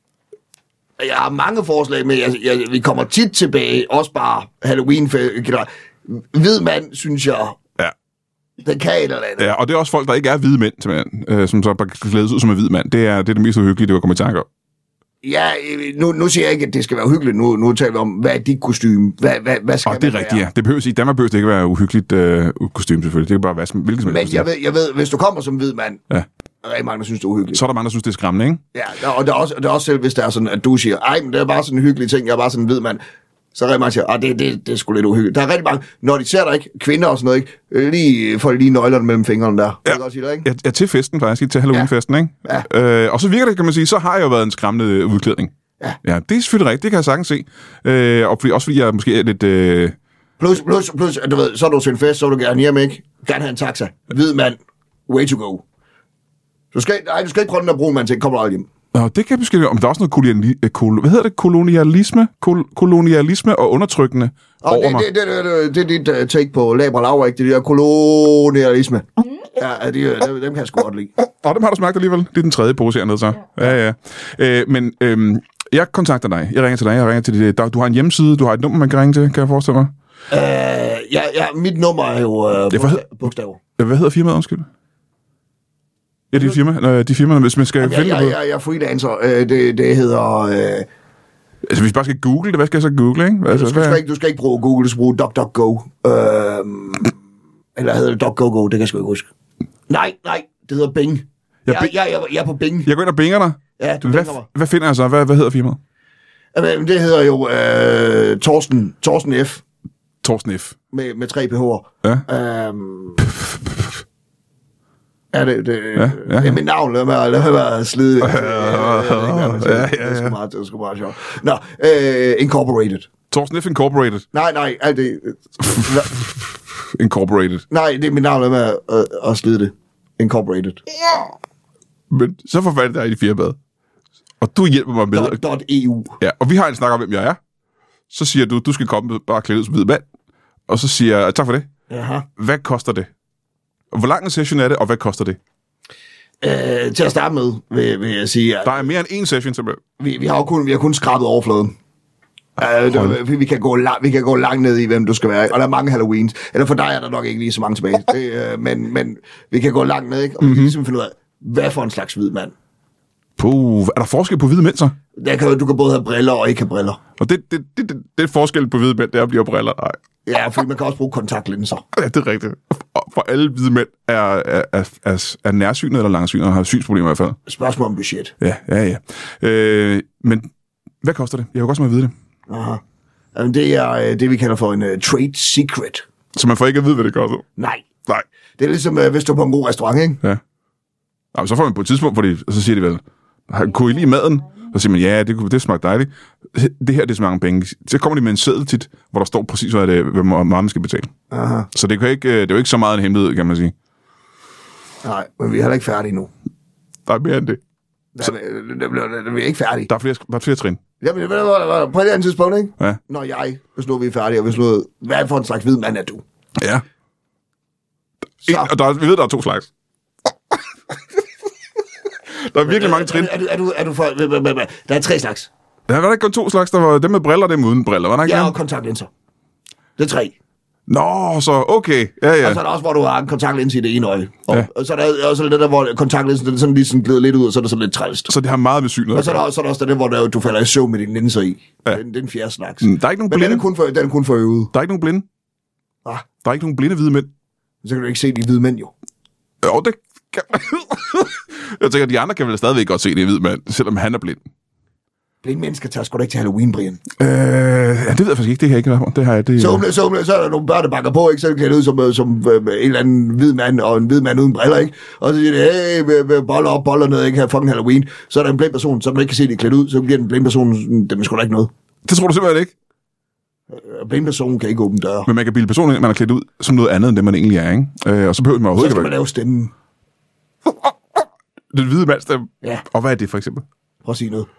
Speaker 3: jeg har mange forslag, men jeg, jeg, vi kommer tit tilbage, også bare Halloweenfester. Hvid mand, synes jeg... Det kan et eller andet.
Speaker 1: Ja, og det er også folk, der ikke er hvide mænd, øh, som så bare klædes ud som en hvid mand. Det er det, er det mest uhyggelige, det var kommet i tanke om.
Speaker 3: Ja, nu, nu siger jeg ikke, at det skal være uhyggeligt. Nu, nu taler vi om, hvad er dit kostume? Hvad, hvad, hvad skal
Speaker 1: og det er rigtigt, ja. Det behøver, i Danmark behøver det ikke være uhyggeligt øh, kostume, selvfølgelig. Det kan bare være som, hvilket som helst.
Speaker 3: Men jeg ved, jeg ved, hvis du kommer som hvid mand,
Speaker 1: ja.
Speaker 3: er der mange, der synes, det er uhyggeligt.
Speaker 1: Så er der mange, der synes, det er skræmmende, ikke?
Speaker 3: Ja, og det er også, det er også selv, hvis det er sådan, at du siger, ej, men det er bare sådan en hyggelig ting, jeg er bare sådan en hvid mand. Så er der rigtig mange, der siger, det, det, det er sgu lidt uhyggeligt. Der er rigtig mange, når de ser dig ikke, kvinder og sådan noget, ikke, lige får lige nøglerne mellem fingrene der.
Speaker 1: Ja,
Speaker 3: jeg godt sige det, ikke?
Speaker 1: Jeg, jeg til festen faktisk, ikke til Halloween-festen, ikke? Ja. Øh, og så virker det, kan man sige, så har jeg jo været en skræmmende udklædning. Ja. Ja, det er selvfølgelig rigtigt, det kan jeg sagtens se. Øh, og fordi, også fordi jeg måske er lidt... Øh...
Speaker 3: Plus, plus, plus, du ved, så er du til en fest, så vil du gerne hjem, ikke? Gerne have en taxa. Hvid mand, way to go. Du skal, nej, du skal ikke prøve den der brun mand til, kommer du aldrig hjem.
Speaker 1: Nå, det kan jeg måske... Om der er også noget koloniali... Kol... Hvad hedder det? Kolonialisme? Kol... Kolonialisme og undertrykkende
Speaker 3: og over
Speaker 1: det,
Speaker 3: mig. Det, det, det, det, det er dit uh, take på Labra Laura, ikke? Det der kolonialisme. Ja, de, dem, dem kan jeg sgu godt lide.
Speaker 1: Og dem har du smagt alligevel. Det er den tredje pose hernede, så. Ja, ja. Øh, men øhm, jeg kontakter dig. Jeg ringer til dig. Jeg ringer til dit... Du har en hjemmeside. Du har et nummer, man kan ringe til, kan jeg forestille mig?
Speaker 3: Øh, ja, ja, mit nummer er jo uh, bogstaver. bogstaver.
Speaker 1: Hvad hedder firmaet, undskyld? Ja, de firma, de firmaer, hvis man skal
Speaker 3: Jamen,
Speaker 1: finde
Speaker 3: jeg,
Speaker 1: det
Speaker 3: jeg, jeg, jeg er freelancer. Øh, det, det hedder... Øh...
Speaker 1: Altså, hvis vi bare skal google det, hvad skal jeg så google, ikke? Altså,
Speaker 3: du, skal,
Speaker 1: hvad...
Speaker 3: du, skal ikke, du skal ikke bruge Google, du skal bruge DuckDuckGo. Øh... Eller hedder det DuckGoGo, det kan jeg sgu ikke huske. Nej, nej, det hedder Bing. Jeg, jeg, jeg, jeg, jeg er på Bing.
Speaker 1: Jeg går ind og binger dig.
Speaker 3: Ja, du
Speaker 1: hvad, hvad finder jeg så? Hvad, hvad hedder firmaet?
Speaker 3: Jamen, det hedder jo øh, Torsten, Torsten F.
Speaker 1: Torsten F.
Speaker 3: Med, med tre p'er.
Speaker 1: Ja.
Speaker 3: Øhm... Ja, det, det,
Speaker 1: ja, ja, ja.
Speaker 3: det er mit navn, lad mig, lad mig være slide.
Speaker 1: Ja, ja, ja. Det
Speaker 3: er sgu meget, det er sgu meget sjovt. Nå, uh, Incorporated.
Speaker 1: Torsten F. Incorporated.
Speaker 3: Nej, nej, alt det...
Speaker 1: Incorporated.
Speaker 3: Nej, det er mit navn, lad mig at, at slide det. Incorporated.
Speaker 1: Men så får fat der i de firmaet. Og du hjælper mig med...
Speaker 3: Dot .eu.
Speaker 1: Ja, og vi har en snak om, hvem jeg er. Så siger du, du skal komme bare klæde ud som hvid mand. Og så siger jeg, tak for det.
Speaker 3: Jaha.
Speaker 1: Hvad koster det? Hvor lang en session er det, og hvad koster det?
Speaker 3: Øh, til at starte med, vil, vil jeg sige... At
Speaker 1: der er mere end én session, simpelthen.
Speaker 3: Vi, vi, har jo kun, vi har kun skrabet overfladen. Øh, det, vi, kan gå lang, vi kan gå langt ned i, hvem du skal være. Og der er mange Halloweens. Eller for dig er der nok ikke lige så mange tilbage. Det, øh, men, men vi kan gå langt ned, ikke? Og vi kan ligesom finde ud af, hvad for en slags hvid mand.
Speaker 1: Puh, er der forskel på hvide mænd, så?
Speaker 3: Der kan, du kan både have briller og ikke have briller.
Speaker 1: Og det, det, det, det, det er forskel på hvide mænd, det er at blive briller. Nej.
Speaker 3: Ja, fordi man kan også bruge kontaktlinser.
Speaker 1: Ja, det er rigtigt. For alle hvide mænd er, er, er, er, er nærsynet eller langsynet, og har synsproblemer i hvert fald.
Speaker 3: Spørgsmål om budget.
Speaker 1: Ja, ja, ja. Øh, men hvad koster det? Jeg vil godt så meget vide det.
Speaker 3: Aha. Jamen, det er det, vi kalder for en uh, trade secret.
Speaker 1: Så man får ikke at vide, hvad det koster?
Speaker 3: Nej.
Speaker 1: Nej.
Speaker 3: Det er ligesom, uh, hvis du er på en god restaurant, ikke?
Speaker 1: Ja. Jamen, så får man på et tidspunkt, fordi, så siger de vel, kunne I lide maden? Så siger man, ja, det, det smagte dejligt. Det her, det smager penge. Så kommer de med en seddel tit, hvor der står præcis, hvad det, hvor meget man skal betale.
Speaker 3: Aha.
Speaker 1: Så det, kan ikke, det er jo ikke så meget en hemmelighed, kan man sige.
Speaker 3: Nej, men vi er heller ikke færdige nu.
Speaker 1: Der er mere end det.
Speaker 3: Så, vi er ikke færdige.
Speaker 1: Der er flere, der er flere trin.
Speaker 3: Jamen, på et andet tidspunkt, ikke?
Speaker 1: Ja.
Speaker 3: Når jeg, hvis nu vi er færdige, og hvis nu, hvad for en slags hvid mand er du?
Speaker 1: Ja. En, og der er, vi ved, der er to slags. Der er virkelig mange trin.
Speaker 3: Er, er, du, er, du, er du for... Der er tre slags.
Speaker 1: Der var der ikke kun to slags. Der var dem med briller og dem uden briller. Var der ikke?
Speaker 3: Ja, og kontaktlinser. Det er tre.
Speaker 1: Nå, så okay. Ja, ja.
Speaker 3: Og så er der også, hvor du har en kontaktlinse i det ene øje. Og,
Speaker 1: ja.
Speaker 3: og så er der også det der, hvor kontaktlinsen den sådan lige sådan glider lidt ud, og så er det sådan lidt trælst.
Speaker 1: Så det har meget med synet.
Speaker 3: Og så er der, så er der også det, hvor der, du falder i søvn med dine linser i. Ja. Den, den fjerde slags.
Speaker 1: Mm, der er ikke nogen blinde.
Speaker 3: Men den er kun for, den er kun for øvet.
Speaker 1: Der er ikke nogen blinde.
Speaker 3: Ah.
Speaker 1: Der er ikke nogen blinde hvide mænd.
Speaker 3: Så kan du ikke se de hvide mænd, jo.
Speaker 1: Jo, det kan... Jeg tænker, de andre kan vel stadigvæk godt se det hvide mand, selvom han er blind.
Speaker 3: Blinde mennesker tager sgu da ikke til Halloween, Brian.
Speaker 1: Øh, ja, det ved jeg faktisk ikke. Det har jeg ikke været det har jeg, det,
Speaker 3: så, umle, så, umle, så er der nogle børn, der banker på, ikke? Så er det klædt ud som, som øh, en eller anden hvid mand, og en hvid mand uden briller, ikke? Og så siger de, hey, med, med boller op, boller ned, ikke? Her fucking Halloween. Så er der en blind person, så man ikke kan se, de er klædt ud. Så bliver den blinde person, den er sgu da ikke noget.
Speaker 1: Det tror du simpelthen ikke?
Speaker 3: Øh, blinde person kan ikke åbne døre.
Speaker 1: Men man kan bilde personen, man er klædt ud som noget andet, end det man egentlig er, ikke? Øh, og så behøver man overhovedet ikke.
Speaker 3: Så skal man lave stemmen.
Speaker 1: Den hvide mandstemme?
Speaker 3: Ja.
Speaker 1: Og hvad er det for eksempel?
Speaker 3: Prøv at sige noget.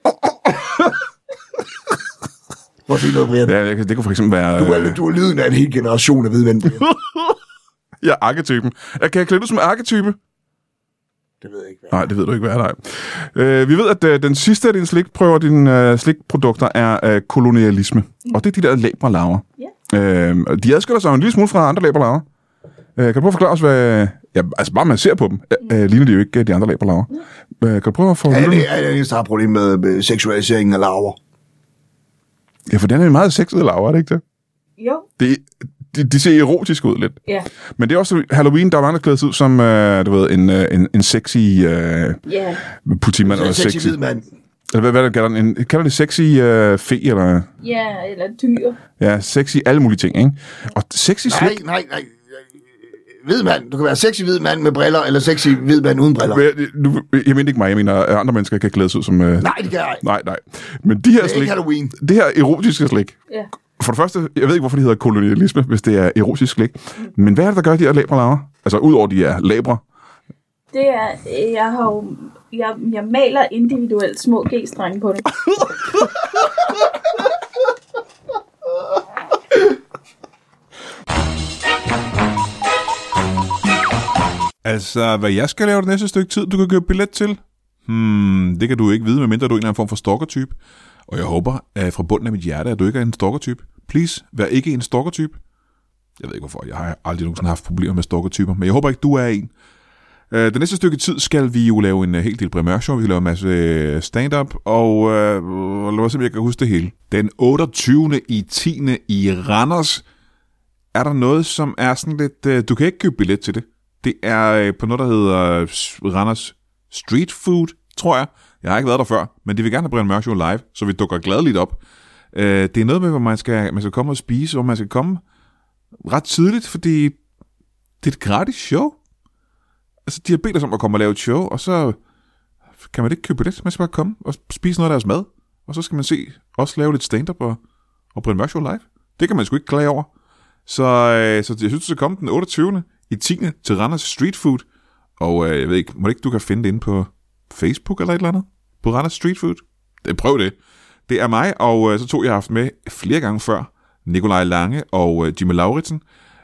Speaker 3: Prøv at sige noget, Brian.
Speaker 1: Ja, det kunne for eksempel være...
Speaker 3: Du er, du er lyden af en hel generation af hvide mænd, Brian.
Speaker 1: Jeg er arketypen. Jeg kan jeg klæde ud som arketype?
Speaker 3: Det ved jeg ikke, hvad.
Speaker 1: Nej, det ved du ikke, hvad er, nej. Øh, vi ved, at øh, den sidste af dine slikprøver, dine øh, slikprodukter, er øh, kolonialisme. Mm. Og det er de der Labra Laura.
Speaker 2: Yeah.
Speaker 1: Øh, de adskiller sig en lille smule fra andre Labra Laura. Øh, kan du prøve at forklare os, hvad Ja, altså bare man ser på dem, øh, ligner de jo ikke de andre laberlarver. Øh, kan du prøve at få...
Speaker 3: Ja, det er det eneste, der har problem med, med seksualiseringen af larver.
Speaker 1: Ja, for den er en meget sexet larver, er det ikke det?
Speaker 2: Jo.
Speaker 1: Det, de, de ser erotisk ud lidt.
Speaker 2: Ja.
Speaker 1: Men det er også Halloween, der er mange, der klæder sig ud som, øh, du ved, en, en, en sexy øh,
Speaker 2: Ja.
Speaker 1: politimand. Eller
Speaker 3: Sexy
Speaker 1: sexy,
Speaker 3: hvid mand.
Speaker 1: eller hvad, hvad der kalder den? En, kalder det sexy øh, fe, eller...
Speaker 2: Ja, eller dyr.
Speaker 1: Ja, sexy alle mulige ting, ikke? Og sexy
Speaker 3: Nej,
Speaker 1: slik...
Speaker 3: nej, nej. Hvid mand. Du kan være sexy hvid mand med briller, eller sexy hvid mand uden briller.
Speaker 1: Jeg, nu, jeg mener ikke mig, jeg mener, at andre mennesker kan klæde sig ud som... Øh,
Speaker 3: Nej, det kan jeg ikke.
Speaker 1: nej, nej. Men de her
Speaker 3: Det er
Speaker 1: slik...
Speaker 3: ikke Halloween.
Speaker 1: Det her erotiske slik...
Speaker 2: Ja.
Speaker 1: For det første, jeg ved ikke, hvorfor det hedder kolonialisme, hvis det er erotisk slik. Men hvad er det, der gør de her laberlarver? Altså, udover de er labre.
Speaker 2: Det er, jeg har jo, jeg, jeg maler individuelt små G-strenge på det.
Speaker 1: Altså, hvad jeg skal lave det næste stykke tid, du kan købe billet til? Hmm, det kan du ikke vide, medmindre du er en eller anden form for stalker-type. Og jeg håber at fra bunden af mit hjerte, at du ikke er en stalker-type. Please, vær ikke en stalker-type. Jeg ved ikke hvorfor, jeg har aldrig nogensinde haft problemer med stalker-typer, men jeg håber ikke, du er en. Uh, det næste stykke tid skal vi jo lave en uh, hel del Brian Mørk Show. Vi skal lave en masse uh, stand-up, og uh, lad mig se, om jeg kan huske det hele. Den otteogtyvende i tiende i Randers er der noget, som er sådan lidt... Uh, du kan ikke købe billet til det. Det er uh, på noget, der hedder uh, Randers Street Food, tror jeg. Jeg har ikke været der før, men de vil gerne have Brian Mørk Show live, så vi dukker gladeligt op. Uh, det er noget med, hvor man skal, man skal komme og spise, hvor man skal komme ret tidligt, fordi det er et gratis show. Altså, de har bedt os om at komme og lave et show, og så kan man ikke købe det. Man skal bare komme og spise noget af deres mad, og så skal man se os lave lidt stand-up og, og Brian Mørk Show live. Det kan man sgu ikke klage over. Så, øh, så jeg synes, du skal komme den otteogtyvende i tiende til Randers Street Food, og øh, jeg ved ikke, må det ikke, du kan finde det inde på Facebook eller et eller andet? På Randers Street Food? Det, prøv det. Det er mig, og øh, så tog jeg haft med flere gange før, Nikolaj Lange og øh, Jimmy Lauritsen.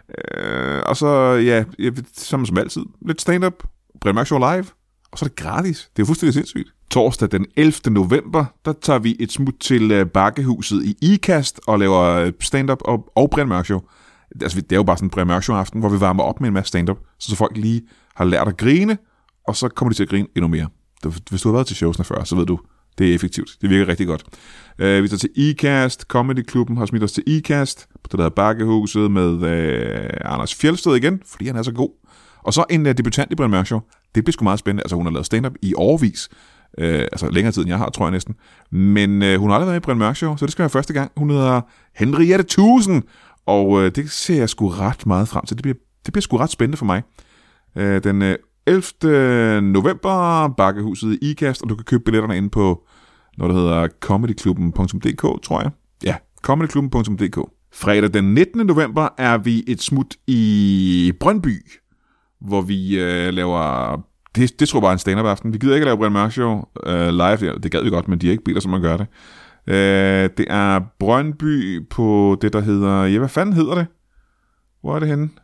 Speaker 1: Øh, og så, ja, som, som altid, lidt stand-up, Brian Mørk Show live, og så er det gratis. Det er fuldstændig sindssygt. Torsdag den ellevte november, der tager vi et smut til uh, Bakkehuset i Ikast og laver stand-up og, og Brian Mørk Show. Altså, det er jo bare sådan en Brian Mørk Show aften, hvor vi varmer op med en masse stand-up, så, så folk lige har lært at grine, og så kommer de til at grine endnu mere. Hvis du har været til showsene før, så ved du, det er effektivt. Det virker rigtig godt. Uh, vi tager til Ikast. Comedy-klubben har smidt os til Ikast. På det der Bakkehuset med uh, Anders Fjeldsted igen, fordi han er så god. Og så en uh, debutant i Brian Mørk Show. Det bliver sgu meget spændende. Altså, hun har lavet stand-up i årevis. Uh, altså, længere tid end jeg har, tror jeg næsten. Men uh, hun har aldrig været i Brian Mørk Show, så det skal være første gang. Hun hedder Henriette Tusind. Og uh, det ser jeg sgu ret meget frem til. Det bliver, det bliver sgu ret spændende for mig. Uh, den uh, ellevte november, Bakkehuset i Ikast, og du kan købe billetterne inde på noget, der hedder comedyklubben punktum d k, tror jeg. Ja, comedyklubben punktum d k. Fredag den nittende november er vi et smut i Brøndby, hvor vi øh, laver... Det, det tror jeg bare er en stand-up aften. Vi gider ikke at lave Brian Mørk Show øh, live. Ja, det gad vi godt, men de har ikke bedt os om at gøre det. Øh, det er Brøndby på det, der hedder... Ja, hvad fanden hedder det? Hvor er det henne?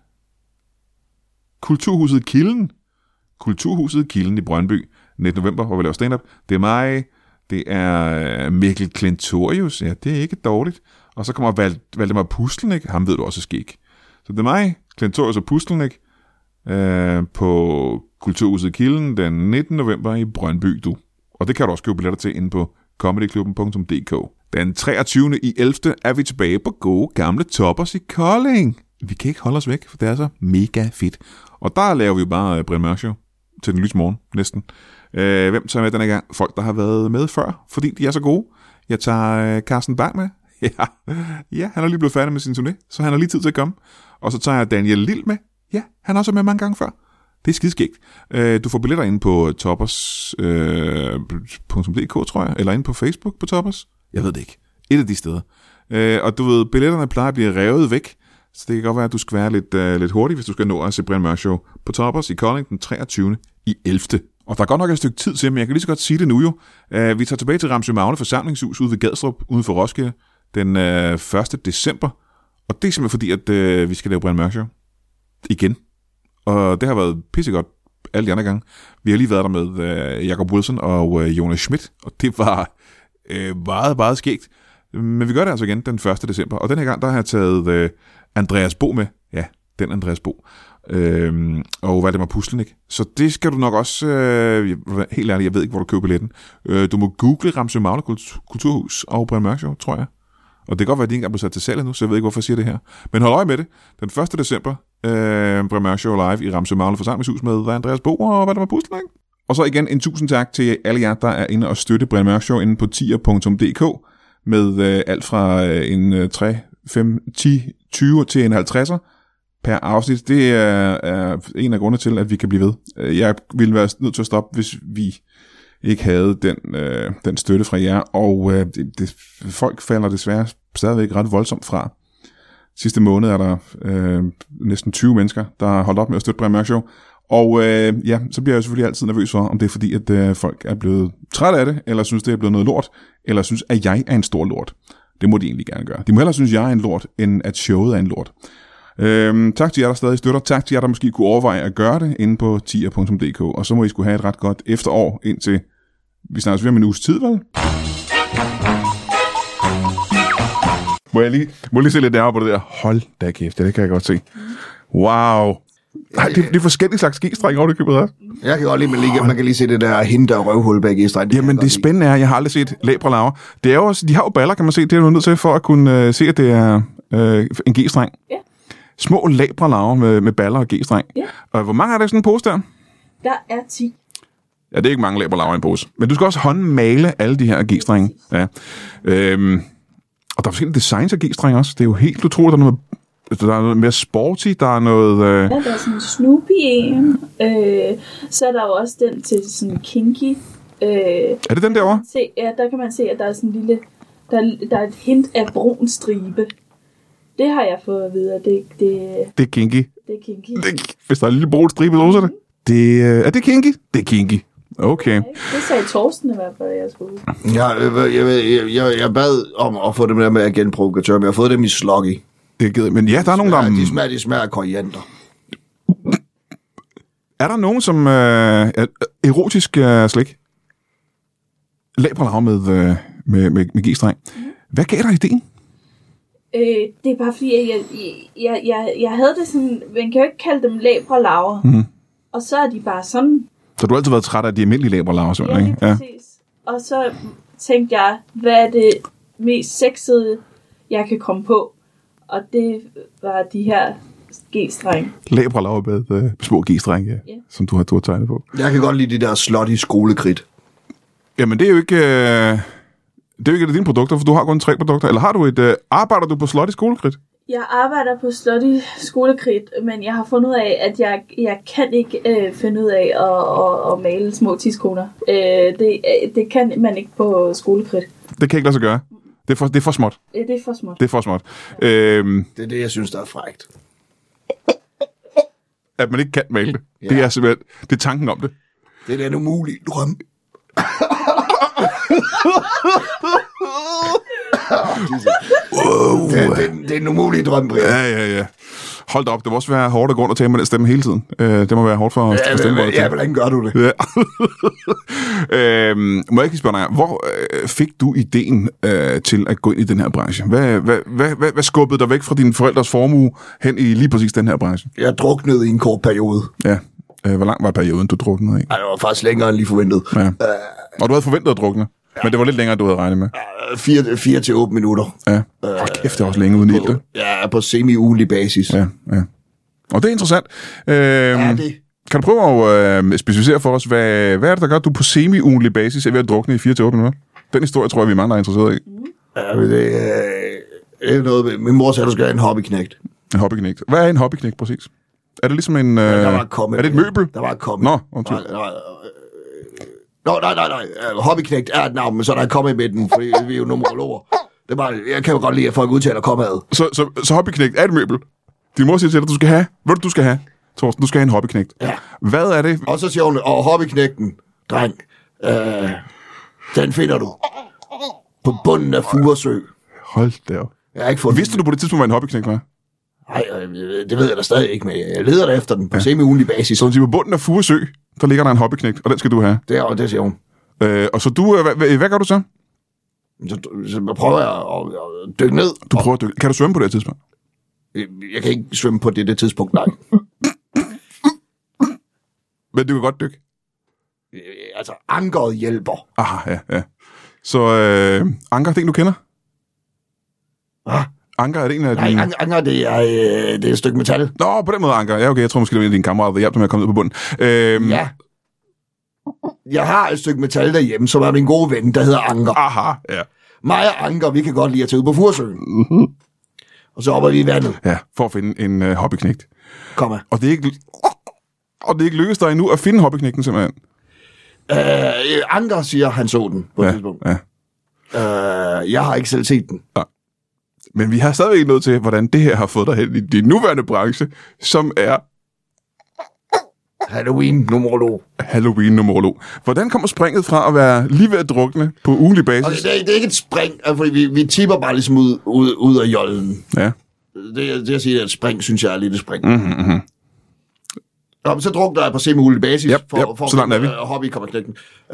Speaker 1: Kulturhuset Kilden. Kulturhuset Kilden i Brøndby. nittende november, hvor vi laver stand-up. Det er mig... Det er Mikkel Klintorius. Ja, det er ikke dårligt. Og så kommer Val- Valdemar Pustelnik. Ham ved du også skæg. Så det er mig, Klintorius og Pustelnik, øh, på Kulturhuset Kilden den nittende november i Brøndby, du. Og det kan du også købe billetter til inde på comedyklubben punktum d k. Den treogtyvende i ellevte er vi tilbage på gode gamle Toppers i Kolding. Vi kan ikke holde os væk, for det er så mega fedt. Og der laver vi jo bare Brian Mørk Show til den lyse morgen, næsten. Øh, hvem tager med denne gang? Folk, der har været med før, fordi de er så gode. Jeg tager øh, Carsten Bang med. Ja. ja, han er lige blevet færdig med sin turné, så han har lige tid til at komme. Og så tager jeg Daniel Lille med. Ja, han er også med mange gange før. Det er skideskægt. Øh, du får billetter inde på toppers punktum d k, øh, tror jeg. Eller inde på Facebook på Toppers. Jeg ved det ikke. Et af de steder. Øh, og du ved, billetterne plejer at blive revet væk. Så det kan godt være, at du skal være lidt, øh, lidt hurtig, hvis du skal nå at se Brian Mørk Show på Toppers i Kolding den treogtyvende i ellevte. Og der er godt nok et stykke tid til, men jeg kan lige så godt sige det nu jo. Uh, vi tager tilbage til Ramsø Magne forsamlingshus ude ved Gadstrup, uden for Roskilde, den uh, første december. Og det er simpelthen fordi, at uh, vi skal lave Brian Mørk Show igen. Og det har været pissegodt alle de andre gange. Vi har lige været der med uh, Jacob Wilson og uh, Jonas Schmidt, og det var uh, meget, meget skægt. Men vi gør det altså igen den første december. Og den her gang, der har jeg taget uh, Andreas Bo med. Ja, den Andreas Bo. Øhm, og hvad det var puslen, ikke? Så det skal du nok også, øh, helt ærligt, jeg ved ikke, hvor du køber billetten. Øh, du må google Ramsø Magle Kulturhus og Brian Mørk Show, tror jeg. Og det kan godt være, at de ikke engang bliver sat til salg nu, så jeg ved ikke, hvorfor jeg siger det her. Men hold øje med det. Den første december, øh, Brian Mørk Show live i Ramsø Magle Forsamlingshus med Andreas Bo og hvad der var puslen, ikke? Og så igen en tusind tak til alle jer, der er inde og støtte Brian Mørk Show inde på tier punktum d k med øh, alt fra øh, en øh, tre, fem, ti, tyve til en halvtredser per afsnit. Det er, er en af grundene til, at vi kan blive ved. Jeg ville være nødt til at stoppe, hvis vi ikke havde den, øh, den støtte fra jer, og øh, det, det, folk falder desværre stadigvæk ret voldsomt fra. Sidste måned er der øh, næsten tyve mennesker, der har holdt op med at støtte Brian Mørk Show, og øh, ja, så bliver jeg selvfølgelig altid nervøs for, om det er fordi, at øh, folk er blevet træt af det, eller synes, det er blevet noget lort, eller synes, at jeg er en stor lort. Det må de egentlig gerne gøre. De må hellere synes, at jeg er en lort, end at showet er en lort. Øhm, tak til jer, der stadig støtter. Tak til jer, der måske kunne overveje at gøre det inde på tier punktum d k. Og så må I skulle have et ret godt efterår indtil vi snakkes ved om en uges tid, vel? Må jeg lige, må jeg lige se lidt nærmere på det der? Hold da kæft, det kan jeg godt se. Wow. Ej, det, det er forskellige slags g-streng over det købet her.
Speaker 3: Jeg kan godt lide, man, lige, man kan lige se det der hinde og røvhul bag g-streng.
Speaker 1: Jamen det spændende er, jeg har aldrig set læbrelaver. Det er jo også, de har jo baller, kan man se. Det er du nødt til for at kunne uh, se, at det er uh, en g-streng.
Speaker 2: Ja.
Speaker 1: Små læbrelaver med, med baller og g-streng.
Speaker 2: Ja. Og
Speaker 1: hvor mange er der i sådan en pose der?
Speaker 2: Der er ti.
Speaker 1: Ja, det er ikke mange læbrelaver i en pose. Men du skal også håndmale alle de her g-strenge. Ja. Øhm, og der er forskellige designs af g-strenge også. Det er jo helt utroligt, der er noget, der er noget mere sporty, der er noget... Øh...
Speaker 2: Ja, der er sådan en Snoopy en. Øh, så er der jo også den til sådan kinky. Øh,
Speaker 1: er det den derovre?
Speaker 2: Se, ja, der kan man se, at der er sådan en lille... Der, der er et hint af brun stribe. Det har jeg fået at vide, at det, det,
Speaker 1: det er kinky.
Speaker 2: Det er kinky.
Speaker 1: Det, hvis der er en lille brun stribe, så er det. det. Er det kinky? Det er kinky. Okay.
Speaker 2: Det sagde Torsten i hvert fald, jeg skulle.
Speaker 3: Ja, jeg, jeg, jeg, jeg bad om at få dem der med agentprovokatør, men jeg har fået dem i sloggy.
Speaker 1: Det er givet. Men ja, der er nogen, der...
Speaker 3: De smager, de smager af koriander.
Speaker 1: Er der nogen, som øh, er erotisk øh, slik? Læbrelaver med, øh, med, med, med g-streng. Mm. Hvad gav dig ideen?
Speaker 2: Øh, det er bare fordi, jeg, jeg, jeg, jeg havde det sådan... Man kan jo ikke kalde dem læbrelaver. Mm. Og så er de bare sådan...
Speaker 1: Så du har altid været træt af de almindelige læbrelaver, simpelthen,
Speaker 2: ikke? Ja, præcis. Ja. Og så tænkte jeg, hvad er det mest sexede, jeg kan komme på? Og det var de her g-streng.
Speaker 1: Læbrelaver med øh, små g-streng, ja, yeah. Som du har, du har tegnet på.
Speaker 3: Jeg kan godt lide de der slutty skolekridt.
Speaker 1: Jamen, det er jo ikke... Øh, det er jo ikke et af dine produkter, for du har kun tre produkter. Eller har du et... Øh, arbejder du på slutty skolekridt?
Speaker 2: Jeg arbejder på slutty skolekridt, men jeg har fundet ud af, at jeg, jeg kan ikke øh, finde ud af at, at, at male små tidskoner. Øh, det, det kan man ikke på skolekridt.
Speaker 1: Det kan ikke lade sig gøre. Det er for, det er for småt.
Speaker 2: Det er for småt.
Speaker 1: Det er for småt. Ja. Øhm,
Speaker 3: det er det, jeg synes, der er frækt.
Speaker 1: At man ikke kan male det. Ja. Det er simpelthen... Det er tanken om det.
Speaker 3: Det er den umulige drøm. Wow. Det, det, det er en umulig drøm, Brian.
Speaker 1: Ja, ja, ja. Hold da op, det må også være hårdt at gå rundt og tale med den stemme hele tiden. Uh, det må være hårdt for,
Speaker 3: ja,
Speaker 1: for stemme.
Speaker 3: Ja, hvordan gør du det?
Speaker 1: Ja. uh, må jeg ikke spørge dig, hvor uh, fik du ideen uh, til at gå ind i den her branche? Hvad, hvad, hvad, hvad, hvad skubbede dig væk fra dine forældres formue hen i lige præcis den her branche?
Speaker 3: Jeg druknede i en kort periode.
Speaker 1: Ja. Uh, hvor lang var perioden, du druknede i?
Speaker 3: Ej, det var faktisk længere end lige forventet.
Speaker 1: Ja. Uh, og du havde forventet at drukne? Ja. Men det var lidt længere, end du havde regnet med.
Speaker 3: Uh, fire, fire til otte minutter.
Speaker 1: Ja. Hold kæft, det er også længe uden ild, det.
Speaker 3: Ja, på semi-ugenlig basis.
Speaker 1: Ja, ja. Og det er interessant. Øhm, ja, det. Kan du prøve at øh, specificere for os, hvad, hvad er det, der gør, at du på semi-ugenlig basis er ved at drukne i fire til otte minutter? Den historie tror jeg, vi er mange, der er interesseret i.
Speaker 3: Ja, men det, øh, det er noget... Min mor sagde, at du skal have en hobbyknægt.
Speaker 1: En hobbyknægt. Hvad er en hobbyknægt præcis? Er det ligesom en... Øh,
Speaker 3: ja, der var kommet,
Speaker 1: er det et møbel?
Speaker 3: Der var kommet.
Speaker 1: Nå, undskyld.
Speaker 3: Der var, der var, Nå, nej, nej, nej. Hobbyknægt er et navn, men så er der kommet med den, fordi vi er jo numerologer. Det er bare, jeg kan jo godt lide, at folk udtaler kommet.
Speaker 1: Så, så, så hobbyknægt er et møbel? Din mor siger til dig, at du skal have... Hvad du, du skal have? Torsten, du skal have en hobbyknægt.
Speaker 3: Ja.
Speaker 1: Hvad er det?
Speaker 3: Og så siger hun, og hobbyknægten, dreng, øh, den finder du på bunden af Furesø.
Speaker 1: Hold da op.
Speaker 3: Jeg har ikke fundet
Speaker 1: Vidste du på det tidspunkt, hvad en hobbyknægt var?
Speaker 3: Nej, det ved jeg da stadig ikke, men jeg leder der efter den på ja. semi-ugenlig basis.
Speaker 1: Så hun siger, på bunden af Furesø, der ligger der en hobbyknægt, og den skal du have.
Speaker 3: Det er det, siger hun.
Speaker 1: Øh, og så du, hvad, hvad, hvad gør du så?
Speaker 3: Så, så prøver jeg at, at dykke ned.
Speaker 1: Du prøver at dykke. Kan du svømme på det tidspunkt?
Speaker 3: Jeg kan ikke svømme på det, det tidspunkt, nej.
Speaker 1: Men du kan godt dykke?
Speaker 3: Øh, altså, ankeret hjælper.
Speaker 1: Aha, ja, ja. Så øh, anker, det er en, du kender?
Speaker 3: Ah.
Speaker 1: Anker, er det en af
Speaker 3: Nej,
Speaker 1: dine...
Speaker 3: an- anker, det er, øh, det er et stykke metal.
Speaker 1: Nå, på den måde, Anker. Ja, okay, jeg tror måske, det var en af dine kammerater, der hjalp dig med at komme ned på bunden. Øhm,
Speaker 3: Ja. Jeg har et stykke metal derhjemme, som er min gode ven, der hedder Anker.
Speaker 1: Aha, ja.
Speaker 3: Mig og Anker, vi kan godt lide at tage ud på Furesøen.
Speaker 1: Mm-hmm.
Speaker 3: Og så hopper vi i vandet.
Speaker 1: Ja, for at finde en øh, hobbyknægt.
Speaker 3: Kom her.
Speaker 1: Og det er ikke... Og det er ikke lykkedes dig endnu at finde hobbyknægten, simpelthen.
Speaker 3: Øh, Anker siger, han så den på et
Speaker 1: Ja,
Speaker 3: tidspunkt.
Speaker 1: ja.
Speaker 3: Øh, jeg har ikke selv set den.
Speaker 1: Men vi har stadigvæk ikke noget til, hvordan det her har fået dig hen i din nuværende branche, som er
Speaker 3: Halloween-numerolog.
Speaker 1: Halloween-numerolog. Hvordan kommer springet fra at være lige ved at drukne på ugentlig basis?
Speaker 3: Okay, det, er, det er ikke et spring, fordi vi, vi tipper bare ligesom ud, ud, ud af jollen.
Speaker 1: Ja.
Speaker 3: Det, det at sige, at et spring, synes jeg er lidt et spring.
Speaker 1: Mm-hmm, mm-hmm.
Speaker 3: Nå, men så drukner jeg på semi-ugentlig basis.
Speaker 1: Yep,
Speaker 3: for,
Speaker 1: yep,
Speaker 3: for,
Speaker 1: så langt er vi.
Speaker 3: Uh, hobby kommer knækken. Uh,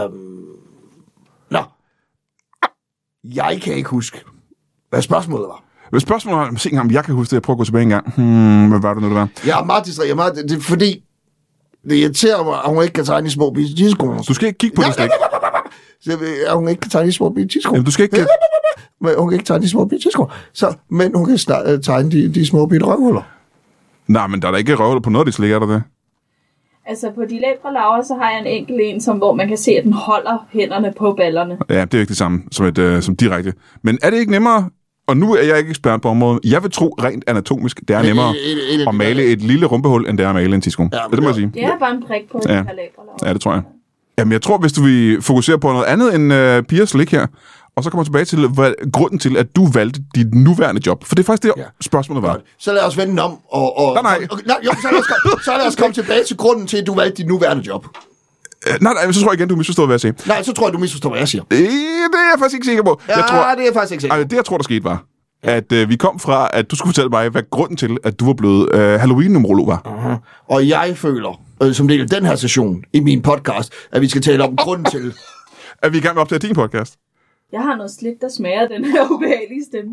Speaker 3: nå. Jeg kan ikke huske, hvad spørgsmålet var.
Speaker 1: Hvis spørgsmålet er, se engang, om jeg kan huske det, jeg prøver at gå tilbage en gang. Hmm, hvad var det nu, det var?
Speaker 3: Jeg er meget distraheret. Jeg er meget, det er fordi, det irriterer mig, at hun ikke kan tegne i små bitte tidskoner.
Speaker 1: Du skal ikke kigge på det slik.
Speaker 3: At hun ikke kan tegne i små bitte tidskoner.
Speaker 1: Jamen, du skal ikke...
Speaker 3: Men hun kan ikke tegne de små bitte tidskoner. Så, men hun kan snart, uh, tegne de, de små bitte røvhuller.
Speaker 1: Nej, men der er da ikke røvler på noget af de slik, er der det?
Speaker 2: Altså på de læbre laver, så har jeg en enkelt en, som, hvor man kan se, at den holder hænderne på ballerne.
Speaker 1: Ja, det er ikke det samme som, et, uh, som direkte. Men er det ikke nemmere... Og nu er jeg ikke ekspert på området. Jeg vil tro, rent anatomisk, det er nemmere
Speaker 3: Et- et- et-
Speaker 1: at male et lille rumpehul, end det er at male en tidsko.
Speaker 3: Ja,
Speaker 1: Ja, det må jeg sige.
Speaker 2: Det er bare en prik på
Speaker 1: Ja.
Speaker 2: ja. de her læbre laver.
Speaker 1: Ja, det tror jeg. Jamen, jeg tror, hvis du vil fokusere på noget andet end uh, pigers slik her, og så kommer tilbage til hvad, grunden til, at du valgte dit nuværende job. For det er faktisk det,
Speaker 3: Ja.
Speaker 1: spørgsmålet var.
Speaker 3: Så lad os vende den om. Og, og,
Speaker 1: Nej, nej.
Speaker 3: Og, nej jo, så, lad os, komme- så lad os komme tilbage til grunden til, at du valgte dit nuværende job.
Speaker 1: Uh, nej, nej, så tror jeg igen, du misforstår, hvad jeg siger.
Speaker 3: Nej, så tror jeg, du misforstår, hvad jeg siger.
Speaker 1: Øh, det er jeg faktisk ikke sikker på.
Speaker 3: Ja,
Speaker 1: Jeg tror,
Speaker 3: det er jeg faktisk ikke sikker.
Speaker 1: ej, det, jeg tror, der skete, var, at uh, vi kom fra, at du skulle fortælle mig, hvad grunden til, at du var blevet uh, Halloween-numerolog var.
Speaker 3: Uh-huh. Og jeg føler, øh, som del af den her session i min podcast, at vi skal tale om grunden til...
Speaker 1: Er vi i gang med at optage din podcast?
Speaker 2: Jeg har noget slik, der smager af den her ubehagelige stemme.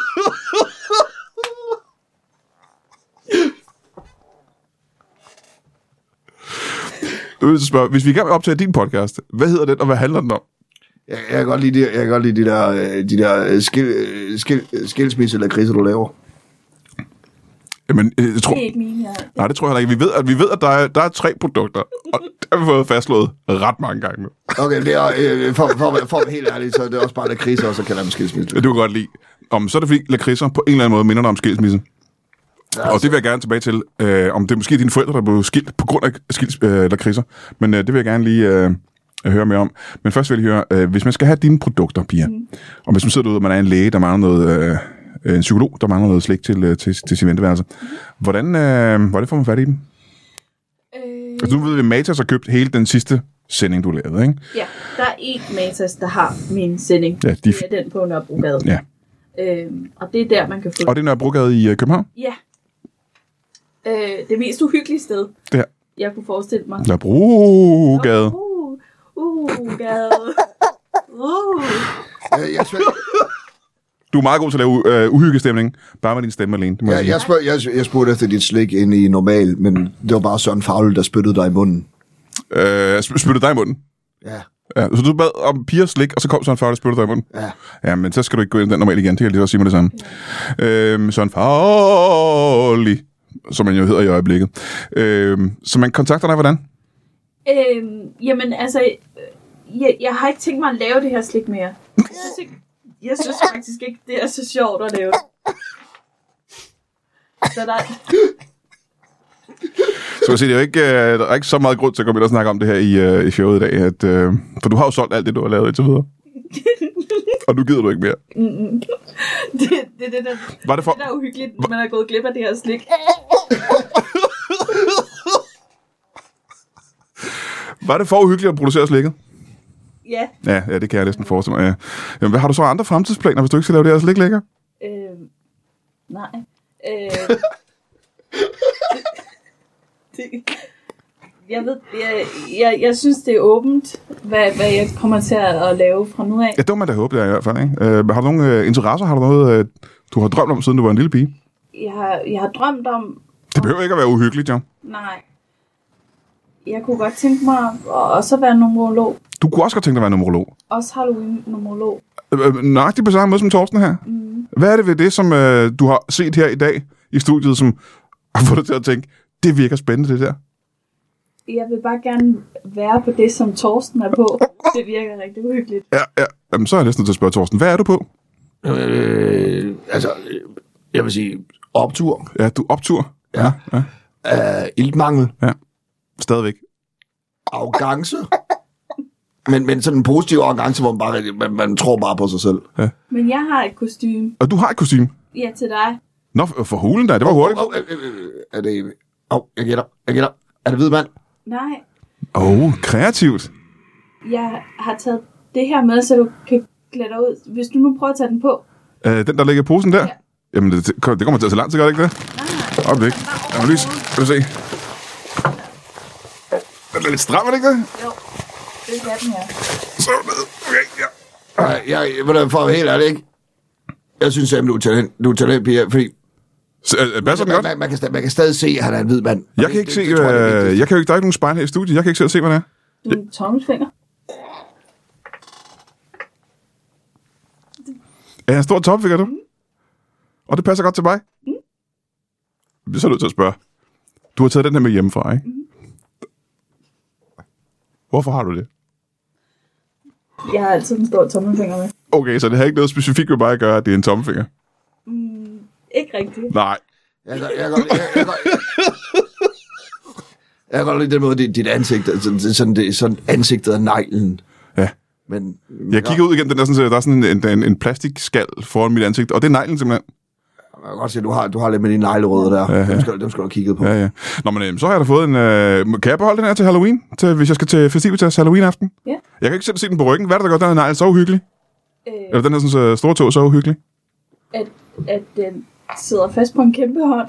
Speaker 1: Du vil spørge, hvis vi er i gang med at optage din podcast, hvad hedder den, og hvad handler den om?
Speaker 3: Jeg, jeg, kan godt lide de, jeg kan godt lide de der, øh, de der øh, skil, øh, skil, skilsmisse eller kriser, du laver.
Speaker 1: Jamen, øh, jeg tror...
Speaker 2: Det er ikke mine, jeg...
Speaker 1: Nej, det tror jeg heller ikke. Vi ved, at, vi ved, at der, er, der er tre produkter, og det har vi fået fastslået ret mange gange nu.
Speaker 3: Okay, det er, øh, for, for, for, for at være helt ærlig, så er det også bare der kriser, og så kalder jeg dem skilsmisse.
Speaker 1: Det du kan godt lide. Om, så er det fordi, lakridser på en eller anden måde minder dig om skilsmisse.
Speaker 3: Ja,
Speaker 1: Og det vil jeg gerne tilbage til, øh, om det er måske dine forældre, der blev skilt på grund af skils, øh, lakridser. Men øh, det vil jeg gerne lige øh, høre mere om. Men først vil jeg høre, øh, hvis man skal have dine produkter, Pia, mm. og hvis man sidder derude, og man er en læge, der mangler noget, øh, en psykolog, der mangler noget slik til, øh, til, til sin venteværelse, mm. hvordan, øh, hvordan får man fat i dem?
Speaker 2: Øh,
Speaker 1: Altså, nu ved vi, at Matas har købt hele den sidste sending, du lavede, ikke?
Speaker 2: ja, der er én Matas, der har min sending.
Speaker 1: Ja, de...
Speaker 2: Det er den på Nørrebrogade.
Speaker 1: Ja.
Speaker 2: Øhm, og det er der, man kan få...
Speaker 1: Og det er Nørrebrogade i øh, København?
Speaker 2: Ja. Øh, det mest uhyggelige sted,
Speaker 1: Det her.
Speaker 2: jeg kunne forestille mig.
Speaker 1: Nørrebrogade.
Speaker 2: Uh, uh, gade. Uh.
Speaker 3: Øh, jeg, spørger,
Speaker 1: Du er meget god til at lave øh, uhyggestemning, bare med din stemme alene. Det må jeg,
Speaker 3: jeg,
Speaker 1: sige.
Speaker 3: jeg, spørger, jeg, jeg spurgte efter dit slik inde i normal, men det var bare Søren Fagle, der spyttede dig i munden.
Speaker 1: Øh, sp- spyttede dig i munden?
Speaker 3: Ja.
Speaker 1: Ja, så du bad om Piers slik, og så kom Søren Fagli og spyttede dig i munden?
Speaker 3: Ja.
Speaker 1: Ja, men så skal du ikke gå ind i den normalt igen. Det kan jeg lige også sige med det samme. Ja. Øhm, Søren Fagli, som man jo hedder i øjeblikket. Øhm, så man kontakter dig, hvordan?
Speaker 2: Øhm, jamen, altså, øh, jeg, jeg har ikke tænkt mig at lave det her slik mere. Jeg synes, ikke, jeg synes faktisk ikke, det er så sjovt at lave det. Så der...
Speaker 1: Så jeg siger, det er jo ikke, øh, der er ikke så meget grund til at komme ind og snakke om det her i, øh, i showet i dag. At, øh, for du har jo solgt alt det, du har lavet indtil videre. Og nu gider du ikke mere.
Speaker 2: Mm-mm. Det, det, det, det, der,
Speaker 1: Var det for...
Speaker 2: det der er uhyggeligt, når man har gået glip af det her slik.
Speaker 1: Var det for uhyggeligt at producere slikket?
Speaker 2: Ja.
Speaker 1: Ja, ja, det kan jeg næsten forestille mig. Ja. Jamen, hvad har du så andre fremtidsplaner, hvis du ikke skal lave det her slik længere?
Speaker 2: Øh, nej. Øh, det, det, jeg ved, jeg, jeg, jeg synes, det er åbent, hvad, hvad jeg kommer til at lave fra nu af.
Speaker 1: Ja, det må man da håbe, det er i hvert fald. Ikke? Øh, har du nogle øh, interesser? Har du noget, øh, du har drømt om, siden du var en lille pige?
Speaker 2: Jeg har, jeg har drømt om...
Speaker 1: Det behøver ikke at være uhyggeligt, jo.
Speaker 2: Nej. Jeg kunne godt tænke mig at også være numerolog.
Speaker 1: Du kunne også godt tænke dig at være numerolog.
Speaker 2: Også Halloween-numerolog.
Speaker 1: Øh, nøjagtigt på samme måde som Torsten her. Mm. Hvad er det ved det, som øh, du har set her i dag i studiet, som har fået dig til at tænke, det virker spændende, det der?
Speaker 2: Jeg vil bare gerne være på det, som Torsten er på. Det virker rigtig uhyggeligt.
Speaker 1: Ja, ja. Jamen, så er jeg næsten nødt til at spørge Torsten. Hvad er du på?
Speaker 3: Øh, altså, jeg vil sige, optur.
Speaker 1: Ja, du er optur.
Speaker 3: Ja.
Speaker 1: ja.
Speaker 3: Uh, iltmangel.
Speaker 1: Ja, stadigvæk.
Speaker 3: Arrogance. men, men sådan en positiv arrogance, hvor man, bare, man, man tror bare på sig selv.
Speaker 1: Ja.
Speaker 2: Men jeg har et kostume.
Speaker 1: Og du har et kostume?
Speaker 2: Ja, til dig.
Speaker 1: Nå, for hulen der, det var
Speaker 3: oh,
Speaker 1: hurtigt.
Speaker 3: Oh, oh, øh, øh, er det... Åh, oh, jeg gætter, jeg gætter. Er det hvid mand?
Speaker 2: Nej.
Speaker 1: Åh, oh, kreativt.
Speaker 2: Jeg har taget det her med, så du kan klæde dig ud. Hvis du nu prøver at tage den på.
Speaker 1: Øh, den, der ligger i posen der?
Speaker 2: Ja.
Speaker 1: Jamen, det, det kommer til at tage lang tid, gør det ikke det?
Speaker 2: Nej, nej.
Speaker 1: Øjeblik. Lad mig lige, skal du se. Den er lidt stram, er det ikke det?
Speaker 2: Jo, det er den her.
Speaker 1: Så ned. Okay, ja.
Speaker 3: Nej, jeg, jeg, jeg, for at være helt ærlig, ikke? Jeg synes simpelthen, du er talent, du er talent, Pia, fordi...
Speaker 1: Så, øh, passer den
Speaker 3: man,
Speaker 1: godt?
Speaker 3: man, man, kan, man kan stadig se, at han er en hvid mand.
Speaker 1: Jeg kan ikke det, se, det, det, jeg, jeg, jeg kan jo ikke, der er ikke nogen spejl her i studiet. Jeg kan ikke selv se, hvad det er.
Speaker 2: Du er en tommelfinger.
Speaker 1: Er jeg en stor tommelfinger, du? Mm. Og det passer godt til mig? Mm. Jeg bliver så nødt til at spørge. Du har taget den her med hjemmefra, ikke? Mm. Hvorfor har du det?
Speaker 2: Jeg har altid en stor tommelfinger med.
Speaker 1: Okay, så det har ikke noget specifikt med mig at gøre, at det er en tommelfinger?
Speaker 2: Mm, ikke rigtigt.
Speaker 1: Nej.
Speaker 3: Jeg kan jeg, jeg, jeg, jeg, jeg kan godt lide den måde, dit, dit ansigt, altså, sådan, det, sådan ansigtet af neglen.
Speaker 1: Ja.
Speaker 3: Men,
Speaker 1: jeg kigger ud igen, den der, sådan, der er sådan en, en, en plastikskal foran mit ansigt, og det er neglen simpelthen.
Speaker 3: Jeg kan godt se, at du har, du har lidt med dine neglerødder der.
Speaker 1: Ja, ja.
Speaker 3: Dem, skal, dem skal du have kigget på.
Speaker 1: Ja, ja. Nå, men øh, så har jeg da fået en... Øh, kan jeg beholde den her til Halloween? Til, hvis jeg skal til festivitas Halloween-aften?
Speaker 2: Ja.
Speaker 1: Jeg kan ikke selv se den på ryggen. Hvad er det, der gør den her negl så uhyggelig?
Speaker 2: Øh,
Speaker 1: Eller den her sådan, så store tog så uhyggelig?
Speaker 2: At, at den sidder fast på en kæmpe hånd.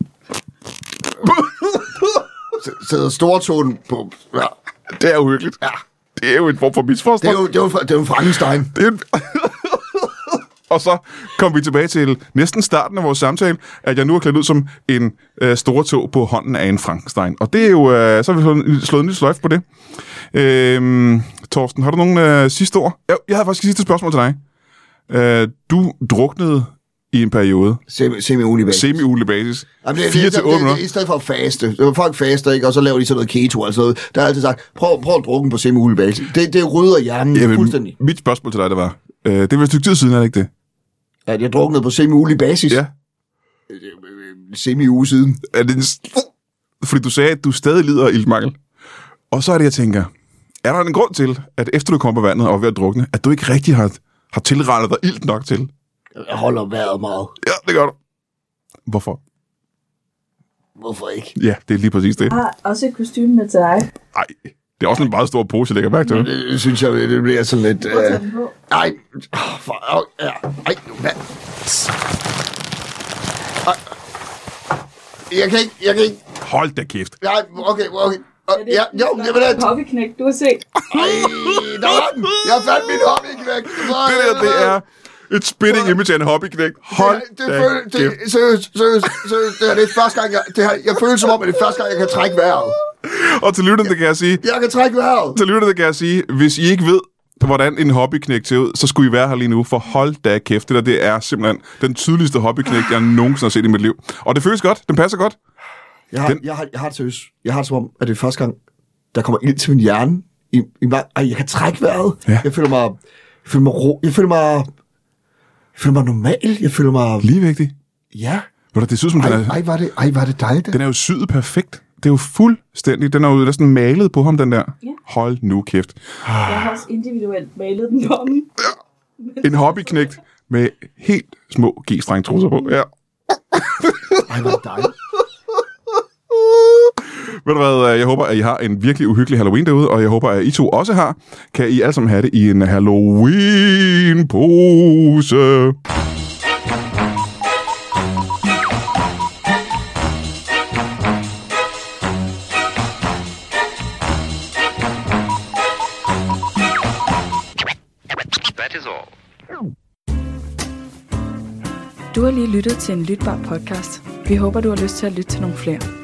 Speaker 3: Sidder stortåen på... Ja.
Speaker 1: Det er uhyggeligt. Ja. Det er jo en form for misforståelse.
Speaker 3: Det er jo, det er jo, det er jo Frankenstein.
Speaker 1: Det er en... Og så kom vi tilbage til næsten starten af vores samtale, at jeg nu er klædt ud som en øh, store tog på hånden af en Frankenstein. Og det er jo, øh, så har vi slået, slået en lille sløjf på det. Øh, Torsten, har du nogle øh, sidste ord? Jeg, jeg havde faktisk et sidste spørgsmål til dig. Øh, du druknede i en periode.
Speaker 3: Semi, semi-ugelig basis.
Speaker 1: Semi-ugelig basis.
Speaker 3: Jamen, det,
Speaker 1: fire
Speaker 3: det,
Speaker 1: til
Speaker 3: det,
Speaker 1: otte
Speaker 3: det,
Speaker 1: minutter.
Speaker 3: det, i stedet for at faste. Det var folk faster, ikke? Og så laver de sådan noget keto. Altså, der har altid sagt, prøv, prøv at drukke på semi-ugelig basis. Det, det rydder hjernen
Speaker 1: Jamen,
Speaker 3: fuldstændig.
Speaker 1: Mit spørgsmål til dig, det var, øh, det var et stykke tid siden, er det ikke det?
Speaker 3: At jeg druknede på semi-ugelig basis.
Speaker 1: Ja.
Speaker 3: Semi-uge siden.
Speaker 1: Er det en... Fordi du sagde, at du stadig lider af iltmangel. Og så er det, jeg tænker, er der en grund til, at efter du kom på vandet og var ved at drukne, at du ikke rigtig har, har tilrettet dig ilt nok til?
Speaker 3: Jeg holder vejret meget.
Speaker 1: Ja, det gør du. Hvorfor?
Speaker 3: Hvorfor ikke?
Speaker 1: Ja, det er lige præcis det.
Speaker 2: Jeg har også et kostume med til dig.
Speaker 1: Nej, det er også en meget stor pose, jeg lægger mærke til.
Speaker 3: Det, det synes jeg, det bliver sådan lidt...
Speaker 2: Prøv at tage den på.
Speaker 3: Nej, for... Øh, ja, ej, hvad? Ej. Jeg kan ikke, jeg kan ikke...
Speaker 1: Hold da kæft.
Speaker 3: Nej, okay, okay.
Speaker 2: Er det
Speaker 3: Ja, jo, jeg vil da...
Speaker 2: hobbyknæk, du har set?
Speaker 3: Ej, der var den! Jeg fandt min hobbyknæk!
Speaker 1: Det der, det er et spitting image af en hobbyknægt. Hold
Speaker 3: det, det,
Speaker 1: da
Speaker 3: føl, det,
Speaker 1: kæft.
Speaker 3: seriøst, seriøst, seriøst, det er det første gang, jeg, det her, jeg føler som om, at det er første gang, jeg kan trække vejret.
Speaker 1: Og til lytterne, det kan jeg sige...
Speaker 3: Jeg kan trække vejret.
Speaker 1: Til lytterne, det kan jeg sige, hvis I ikke ved, hvordan en hobbyknægt ser ud, så skulle I være her lige nu, for hold da kæft. Det der, det er simpelthen den tydeligste hobbyknægt, jeg nogensinde har set i mit liv. Og det føles godt. Den passer godt.
Speaker 3: Jeg har,
Speaker 1: Den-
Speaker 3: jeg har, jeg har det seriøst. Jeg har det som om, at det er første gang, der kommer ild til min hjerne. I, i, ej, jeg kan trække vejret.
Speaker 1: Ja.
Speaker 3: Jeg føler mig... Jeg føler mig ro. Jeg føler mig... Jeg føler mig normal. Jeg føler mig...
Speaker 1: Lige vigtigt.
Speaker 3: Ja.
Speaker 1: Ved du, det ser ud som, den
Speaker 3: Ej,
Speaker 1: er,
Speaker 3: ej, var det, ej, var det dejligt.
Speaker 1: den er jo syet perfekt. Det er jo fuldstændig. Den er jo næsten malet på ham, den der.
Speaker 2: Ja.
Speaker 1: Hold nu kæft.
Speaker 2: Jeg har også individuelt malet den på mig.
Speaker 1: En hobbyknægt med helt små G-streng-trusser på. Ja.
Speaker 3: Ej, var det dejligt.
Speaker 1: Ved du hvad, jeg håber, at I har en virkelig uhyggelig Halloween derude, og jeg håber, at I to også har. Kan I alle sammen have det i en Halloween-pose?
Speaker 4: That is all.
Speaker 2: Du har lige lyttet til en lytbar podcast. Vi håber, du har lyst til at lytte til nogle flere.